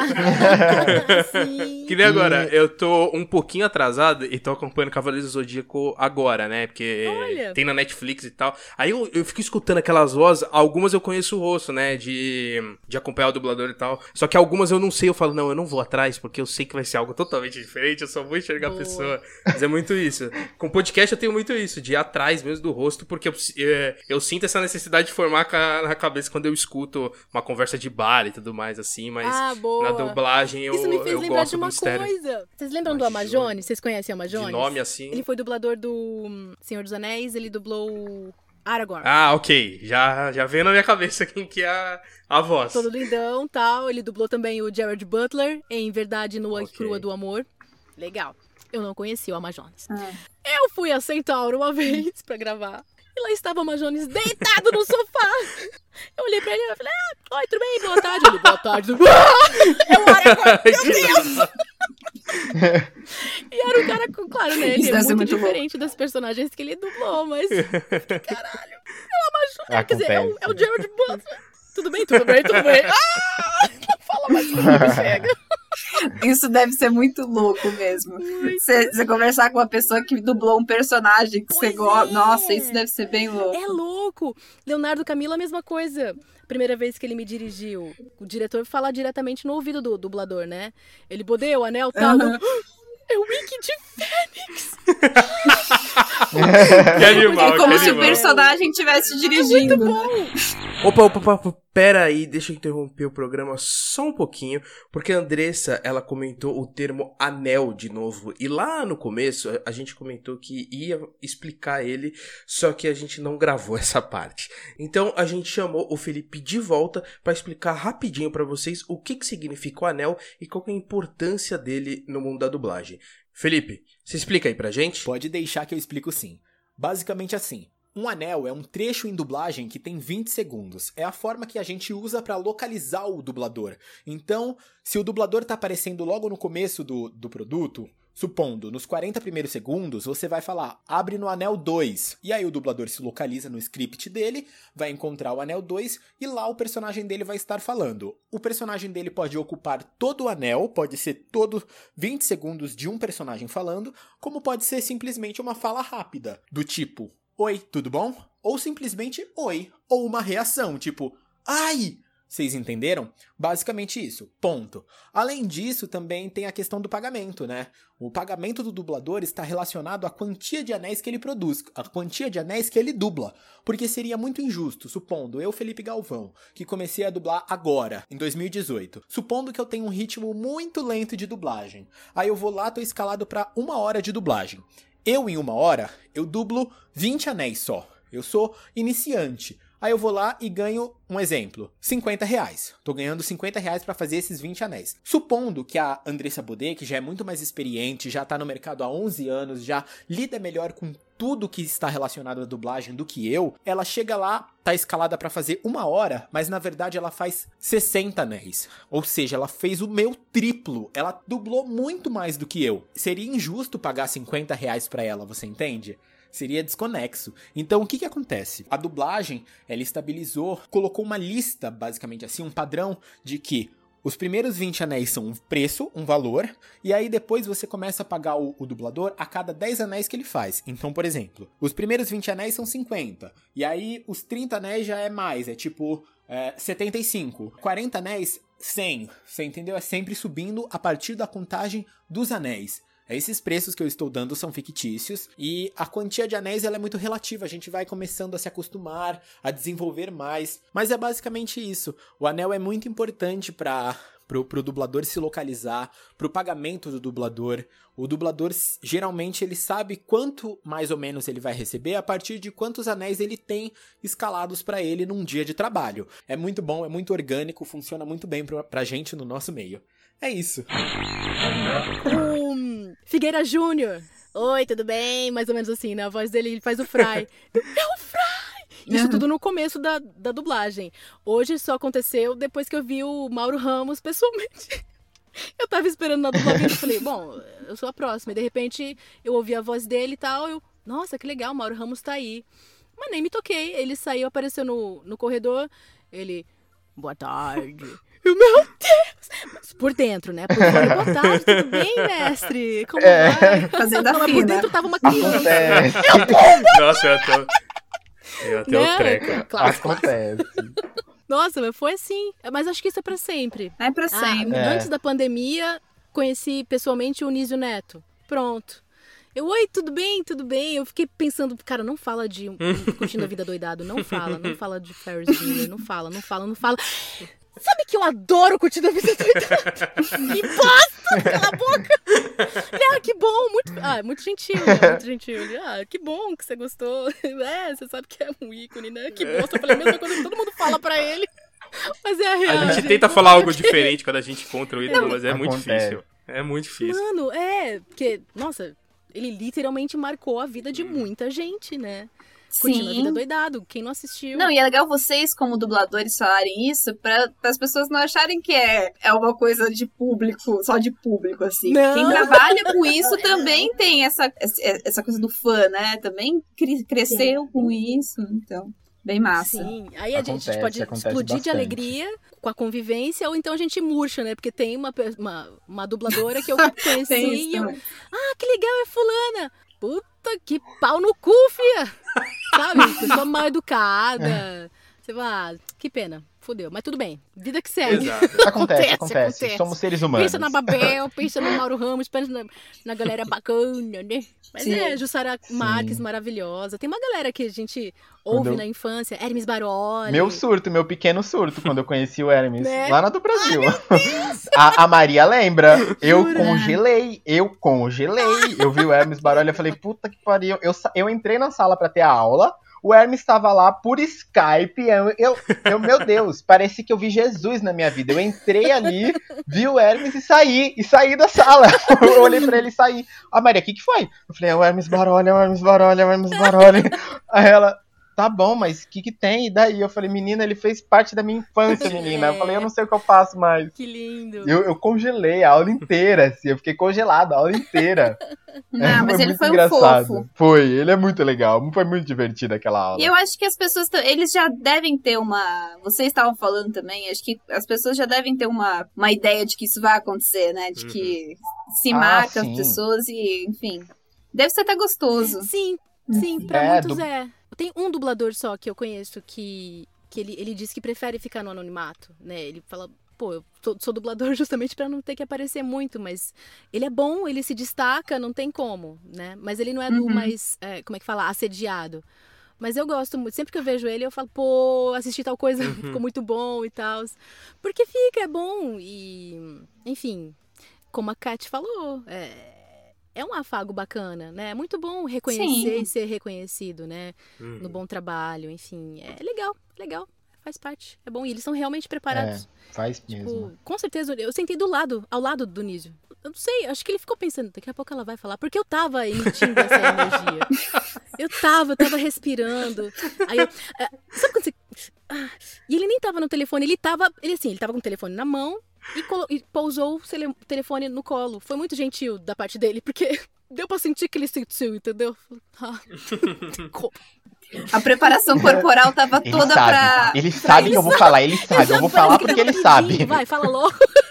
sim. Que nem agora, eu tô um pouquinho atrasado e tô acompanhando Cavaleiros do Zodíaco agora, né? Porque Olha. tem na Netflix e tal. Aí eu, eu fico escutando aquelas vozes, algumas eu conheço o rosto, né? De, de acompanhar o dublador e tal. Só que algumas eu não sei, eu falo, não, eu não vou atrás, porque eu sei que vai ser algo totalmente diferente, eu só vou enxergar Boa. a pessoa. Mas é muito isso. Com podcast eu tenho muito isso, de ir atrás mesmo do rosto, porque eu, é, eu sinto essa necessidade de formar ca- na cabeça quando eu escuto uma conversa de bar e tudo mais, assim, mas Ah, boa. na dublagem eu, Isso me fez eu lembrar gosto de do uma mistério. coisa. Vocês lembram do Mas Amazone? Vocês conhecem o Amazone? De nome assim. Ele foi dublador do hum, Senhor dos Anéis, ele dublou o Aragorn. Ah, ok. Já, já veio na minha cabeça quem que é a, a voz. Todo lindão, tal. Ele dublou também o Jared Butler em Verdade Nua e Ok. Crua do Amor. Legal. Eu não conhecia o Amazonas. Ah. Eu fui a Centauro uma vez pra gravar. E lá estava o Amazonas deitado no sofá. Eu olhei pra ele e falei, ah, oi, tudo bem? Boa tarde. Ele, boa tarde. Ah! É o Aragorn, meu Deus! E era um cara, com- claro, né? Ele Isso é deve ser muito, muito diferente das personagens que ele dublou, mas... eu fiquei, caralho, é o Amazonas. Quer dizer, é o, Acontece. é o Jared Butler. Tudo bem, tudo bem, tudo bem. Ah! Não fala mais comigo, chega. Isso deve ser muito louco mesmo. Você você conversar com uma pessoa que dublou um personagem que você Pois gosta. é. Nossa, isso deve ser bem louco. É louco. Leonardo Camilo, a mesma coisa. Primeira vez que ele me dirigiu, o diretor fala diretamente no ouvido do dublador, né? Ele bodeia o anel, tal. Aham. eu, É o Wiki de Fênix! Que animal, é como que se animal. o personagem estivesse dirigindo. Muito bom. Opa, opa, opa, opa, pera aí, deixa eu interromper o programa só um pouquinho, porque a Andressa, ela comentou o termo anel de novo, e lá no começo a gente comentou que ia explicar ele, só que a gente não gravou essa parte. Então a gente chamou o Felipe de volta para explicar rapidinho para vocês o que, que significa o anel e qual que é a importância dele no mundo da dublagem. Felipe, você explica aí pra gente? Pode deixar que eu explico sim. Basicamente assim. Um anel é um trecho em dublagem que tem vinte segundos. É a forma que a gente usa para localizar o dublador. Então, se o dublador tá aparecendo logo no começo do, do produto, supondo, nos quarenta primeiros segundos, você vai falar, abre no anel dois. E aí o dublador se localiza no script dele, vai encontrar o anel dois e lá o personagem dele vai estar falando. O personagem dele pode ocupar todo o anel, pode ser todo vinte segundos de um personagem falando, como pode ser simplesmente uma fala rápida, do tipo... Oi, tudo bom? Ou simplesmente oi. Ou uma reação, tipo, ai! Vocês entenderam? Basicamente isso, ponto. Além disso, também tem a questão do pagamento, né? O pagamento do dublador está relacionado à quantia de anéis que ele produz, a quantia de anéis que ele dubla. Porque seria muito injusto, supondo, eu, Felipe Galvão, que comecei a dublar agora, em dois mil e dezoito. Supondo que eu tenho um ritmo muito lento de dublagem. Aí eu vou lá, tô escalado para uma hora de dublagem. Eu, em uma hora, eu dublo vinte anéis só. Eu sou iniciante. Aí eu vou lá e ganho, um exemplo, cinquenta reais. Tô ganhando cinquenta reais pra fazer esses vinte anéis. Supondo que a Andressa Baudet, que já é muito mais experiente, já tá no mercado há onze anos, já lida melhor com tudo que está relacionado à dublagem do que eu, ela chega lá, tá escalada pra fazer uma hora, mas na verdade ela faz sessenta anéis. Ou seja, ela fez o meu triplo. Ela dublou muito mais do que eu. Seria injusto pagar cinquenta reais pra ela, você entende? Seria desconexo. Então, o que que acontece? A dublagem, ela estabilizou, colocou uma lista, basicamente assim, um padrão de que os primeiros vinte anéis são um preço, um valor, e aí depois você começa a pagar o, o dublador a cada dez anéis que ele faz. Então, por exemplo, os primeiros vinte anéis são cinquenta, e aí os trinta anéis já é mais, é tipo é, setenta e cinco. quarenta anéis, cem. Você entendeu? É sempre subindo a partir da contagem dos anéis. Esses preços que eu estou dando são fictícios e a quantia de anéis ela é muito relativa, a gente vai começando a se acostumar, a desenvolver mais, mas é basicamente isso. O anel é muito importante para pro, pro dublador se localizar, pro pagamento do dublador. O dublador, geralmente, ele sabe quanto mais ou menos ele vai receber a partir de quantos anéis ele tem escalados para ele num dia de trabalho. É muito bom, é muito orgânico, funciona muito bem pra, pra gente no nosso meio. É isso. Um, Figueira Júnior. Oi, tudo bem? Mais ou menos assim, né? A voz dele, ele faz o Fry. É o Fry! Isso uhum. tudo no começo da, da dublagem. Hoje só aconteceu depois que eu vi o Mauro Ramos pessoalmente. Eu tava esperando na dublagem e falei, bom, eu sou a próxima. E de repente eu ouvi a voz dele e tal. Eu, nossa, que legal, o Mauro Ramos tá aí. Mas nem me toquei. Ele saiu, apareceu no, no corredor. Ele, boa tarde. Eu, meu Deus! Mas por dentro, né? Por fora, boa tarde, tudo bem, mestre? Como é. vai? Fazendo a Não, fina. Por dentro tava uma criança. Nossa, eu até... Eu até né? o treco. Claro. Acontece. Nossa, mas foi assim. Mas acho que isso é pra sempre. É pra sempre. Ah, É. Antes da pandemia, conheci pessoalmente o Nísio Neto. Pronto. Eu, oi, tudo bem? Tudo bem? Eu fiquei pensando, cara, não fala de um, Curtindo a Vida Doidado. Não fala. Não fala de Ferris Bueller. Não fala, não fala, não fala. Sabe que eu adoro Curtindo a Vida Doidado? Que bosta! Cala a boca! Ele, ah, que bom! Muito, ah, muito gentil, né? Muito gentil. Ele, ah, que bom que você gostou. É, você sabe que é um ícone, né? Que bosta. Eu falei a mesma coisa que todo mundo fala pra ele. Mas é a real. A gente tenta falar algo diferente quando a gente encontra o ídolo, mas é muito Acontece. difícil. É muito difícil. Mano, é, porque, nossa, ele literalmente marcou a vida de muita gente, né? Curtindo a Vida Doidado, quem não assistiu. Não, e é legal vocês, como dubladores, falarem isso pra, as pessoas não acharem que é, é uma coisa de público, só de público, assim. Não. Quem trabalha com isso também tem essa, essa coisa do fã, né? Também cre- cresceu Sim. com isso, então... Bem massa. Sim, aí a Acontece, gente pode acontece explodir bastante. de alegria com a convivência, ou então a gente murcha, né? Porque tem uma, uma, uma dubladora que eu conheci Tem e eu... também. Ah, que legal, é fulana! Puta que pau no cu, fia! Sabe? Pessoa mal educada, Você vai, ah, que pena, fudeu. Mas tudo bem, vida que segue. Exato. Acontece, acontece, acontece. Somos seres humanos. Pensa na Babel, pensa no Mauro Ramos, pensa na, na galera bacana, né? Mas Sim. é, Jussara Sim. Marques, maravilhosa. Tem uma galera que a gente ouve eu... na infância. Hermes Baroli. Meu surto, meu pequeno surto, quando eu conheci o Hermes. Né? Lá na do Brasil. Ai, a, a Maria lembra. Eu Jura? congelei, eu congelei. Eu vi o Hermes Baroli e falei, puta que pariu. Eu, eu entrei na sala pra ter a aula. O Hermes estava lá por Skype. Eu, eu, eu, meu Deus, parece que eu vi Jesus na minha vida. Eu entrei ali, vi o Hermes e saí. E saí da sala. Eu olhei pra ele e saí. Ah, Maria, o que que foi? Eu falei, é o Hermes Baroli, é o Hermes Baroli, é o Hermes Baroli. Aí ela, tá bom, mas o que que tem? E daí eu falei, menina, ele fez parte da minha infância, menina. Eu falei, eu não sei o que eu faço mais. Que lindo. Eu, eu congelei a aula inteira, assim. Eu fiquei congelado a aula inteira. Não, é, mas ele foi engraçado. um fofo. Foi, ele é muito legal. Foi muito divertido aquela aula. E eu acho que as pessoas, eles já devem ter uma... Vocês estavam falando também, acho que as pessoas já devem ter uma, uma ideia de que isso vai acontecer, né? De que se ah, marca sim. as pessoas e, enfim... Deve ser até gostoso. Sim, sim, pra é, muitos du... é. Tem um dublador só que eu conheço que, que ele, ele diz que prefere ficar no anonimato, né? Ele fala, pô, eu tô, sou dublador justamente pra não ter que aparecer muito, mas ele é bom, ele se destaca, não tem como, né? Mas ele não é do uhum. mais, é, como é que fala, assediado. Mas eu gosto muito, sempre que eu vejo ele eu falo, pô, assisti tal coisa, uhum. ficou muito bom e tal. Porque fica, é bom e, enfim, como a Kat falou, é... É um afago bacana, né? É muito bom reconhecer Sim. e ser reconhecido, né? Hum. No bom trabalho, enfim. É legal, legal. Faz parte. É bom. E eles são realmente preparados. É, faz tipo, mesmo. Com certeza, eu sentei do lado, ao lado do Nísio. Eu não sei, acho que ele ficou pensando, daqui a pouco ela vai falar. Porque eu tava emitindo essa energia. Eu tava, eu tava respirando. Aí eu... Sabe quando você... E ele nem tava no telefone, ele tava... Ele assim, ele tava com o telefone na mão. E, colo- e pousou o telefone no colo. Foi muito gentil da parte dele, porque deu pra sentir que ele sentiu, entendeu? Ah. A preparação corporal tava ele toda sabe. pra... Ele sabe que eu vou falar, ele sabe. Eu vou falar porque ele sabe. Vai, fala logo.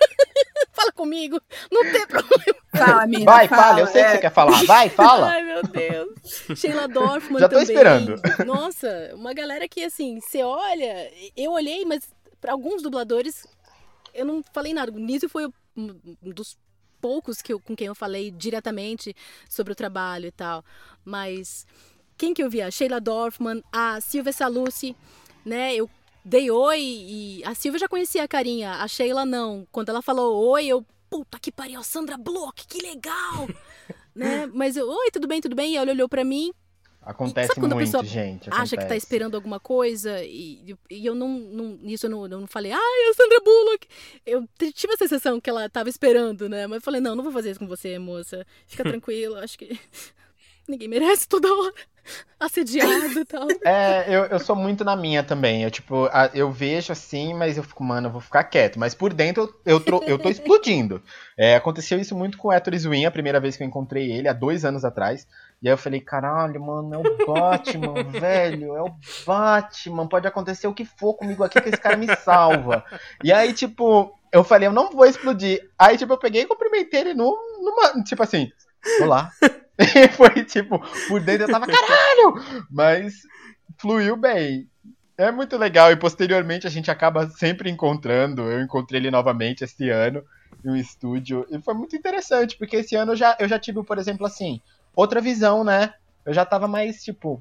Fala comigo. Não tem problema. Fala, menina. Vai, fala, fala, eu sei é. que você quer falar. Vai, fala. Ai, meu Deus. Sheila Dorfman Já tô também. esperando. Nossa, uma galera que, assim, você olha... Eu olhei, mas pra alguns dubladores... Eu não falei nada. O Nísio foi um dos poucos que eu, com quem eu falei diretamente sobre o trabalho e tal. Mas quem que eu vi? A Sheila Dorfman, a Silvia Salucci, né? Eu dei oi e a Silvia já conhecia a carinha, a Sheila não. Quando ela falou oi, eu, puta que pariu, Sandra Bloch, que legal! né? Mas eu, oi, tudo bem, tudo bem? E ela olhou pra mim. Acontece Sabe quando muito, a pessoa gente. Acha acontece. que tá esperando alguma coisa e, e eu não, não. Isso eu não, eu não falei, ai, é a Sandra Bullock. Eu tive a sensação que ela tava esperando, né? Mas eu falei, não, não vou fazer isso com você, moça. Fica tranquila, acho que ninguém merece toda hora assediado e tal. É, eu, eu sou muito na minha também. Eu, tipo, a, eu vejo assim, mas eu fico, mano, eu vou ficar quieto. Mas por dentro eu, eu, tro, eu tô explodindo. É, aconteceu isso muito com o Héctor Zwin, a primeira vez que eu encontrei ele, há dois anos atrás. E aí eu falei, caralho, mano, é o Batman, velho, é o Batman, pode acontecer o que for comigo aqui que esse cara me salva. E aí, tipo, eu falei, eu não vou explodir. Aí, tipo, eu peguei e cumprimentei ele no, numa, tipo assim, olá. E foi, tipo, por dentro eu tava, caralho! Mas fluiu bem. É muito legal e posteriormente a gente acaba sempre encontrando. Eu encontrei ele novamente esse ano em um estúdio e foi muito interessante, porque esse ano eu já, eu já tive, por exemplo, assim... outra visão, né? Eu já tava mais, tipo,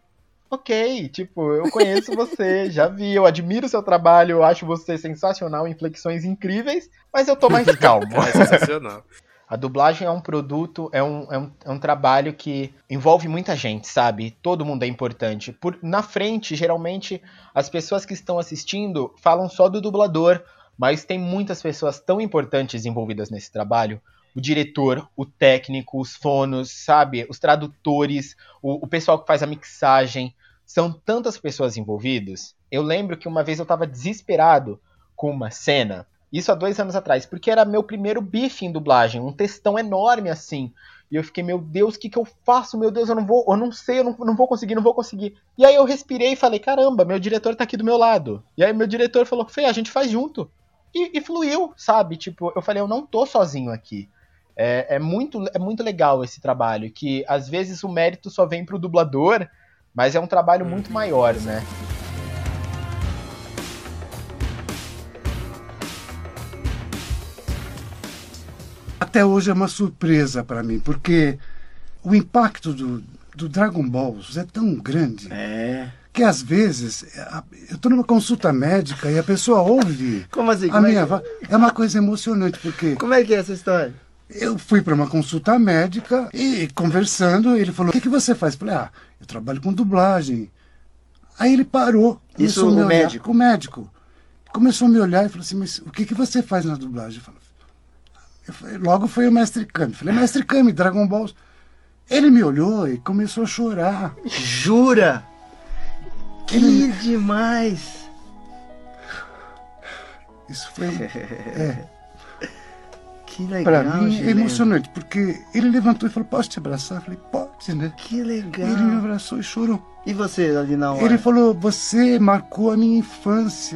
ok, tipo, eu conheço você, já vi, eu admiro o seu trabalho, eu acho você sensacional, inflexões incríveis, mas eu tô mais calmo. É sensacional. A dublagem é um produto, é um, é, um, é um trabalho que envolve muita gente, sabe? Todo mundo é importante. Por, na frente, geralmente, as pessoas que estão assistindo falam só do dublador, mas tem muitas pessoas tão importantes envolvidas nesse trabalho. O diretor, o técnico, os fonos, sabe? Os tradutores, o, o pessoal que faz a mixagem. São tantas pessoas envolvidas. Eu lembro que uma vez eu tava desesperado com uma cena, isso há dois anos atrás, porque era meu primeiro bife em dublagem, um textão enorme assim. E eu fiquei, meu Deus, o que que eu faço? Meu Deus, eu não vou, eu não sei, eu não, não vou conseguir, não vou conseguir. E aí eu respirei e falei, caramba, meu diretor tá aqui do meu lado. E aí meu diretor falou, Fê, a gente faz junto. E, e fluiu, sabe? Tipo, eu falei, eu não tô sozinho aqui. É, é, muito, é muito legal esse trabalho, que às vezes o mérito só vem pro dublador, mas é um trabalho muito maior, né? até hoje é uma surpresa para mim, porque o impacto do, do Dragon Ball é tão grande É. que às vezes a- eu estou numa consulta médica e a pessoa ouve Como assim? a Como é minha que- voz. É uma coisa emocionante, porque Como é que é essa história? eu fui para uma consulta médica e conversando, ele falou: o que, que você faz? Eu falei: ah, eu trabalho com dublagem. Aí ele parou. Isso, começou a me o olhar, médico? O médico. Começou a me olhar e falou assim: mas o que, que você faz na dublagem? Eu falei, eu falei, logo foi o Mestre Kami. Falei: Mestre Kami, Dragon Ball. Ele me olhou e começou a chorar. Jura? Que Ele- demais! Isso foi, é, Que legal, para mim, é Gileno. emocionante, porque ele levantou e falou: posso te abraçar? Eu falei: pode, né? Que legal. Ele me abraçou e chorou. E você, ali na hora? Ele falou: você marcou a minha infância.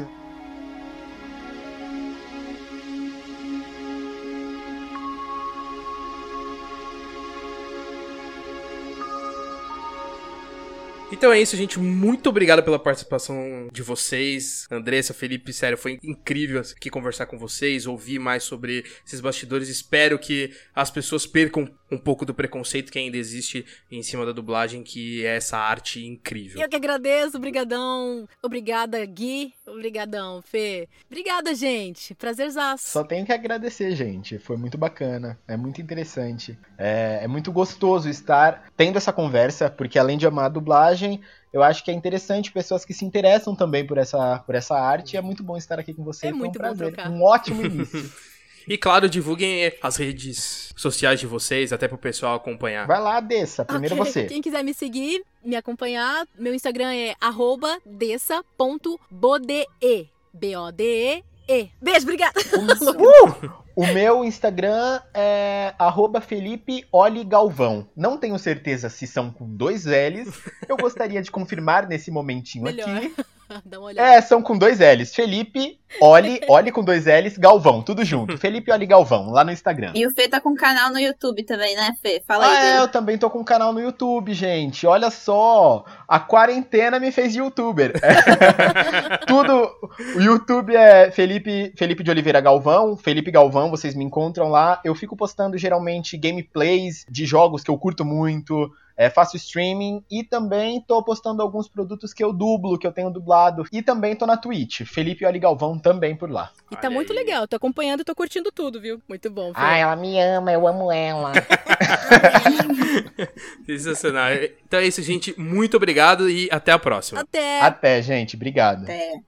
Então é isso, gente. Muito obrigado pela participação de vocês. Andressa, Felipe, sério, foi incrível aqui conversar com vocês, ouvir mais sobre esses bastidores. Espero que as pessoas percam um pouco do preconceito que ainda existe em cima da dublagem, que é essa arte incrível. Eu que agradeço, brigadão. Obrigada, Gui. Obrigadão, Fê. Obrigada, gente. Prazerzaço. Só tenho que agradecer, gente. Foi muito bacana. É muito interessante. É, é muito gostoso estar tendo essa conversa, porque além de amar a dublagem, eu acho que é interessante pessoas que se interessam também por essa, por essa arte. E é muito bom estar aqui com você. É Foi muito um bom prazer. trocar. Um ótimo início. E claro, divulguem as redes sociais de vocês, até pro pessoal acompanhar. Vai lá, Dessa. Primeiro Ok, você. Quem quiser me seguir, me acompanhar, meu Instagram é arroba dessa ponto bode. B O D E E. Beijo, obrigada. O meu Instagram é arroba Felipe Oli Galvão. Não tenho certeza se são com dois L's. Eu gostaria de confirmar nesse momentinho Melhor. aqui. Dá uma olhada. É, são com dois L's. Felipe Oli, Oli com dois L's, Galvão, tudo junto. Felipe Oli Galvão, lá no Instagram. E o Fê tá com um canal no YouTube também, né, Fê? Fala aí Ah, é, dele. eu também tô com um canal no YouTube, gente. Olha só, a quarentena me fez youtuber. Tudo, o YouTube é Felipe, Felipe de Oliveira Galvão, Felipe Galvão, vocês me encontram lá. Eu fico postando geralmente gameplays de jogos que eu curto muito. É, faço streaming e também tô postando alguns produtos que eu dublo, que eu tenho dublado. E também tô na Twitch, Felipe Oli Galvão também por lá. E tá Olha muito aí. legal. Tô acompanhando e tô curtindo tudo, viu? Muito bom, Fê. ela me ama, eu amo ela. Sensacional. Então é isso, gente. Muito obrigado e até a próxima. Até. Até, gente. Obrigado. Até.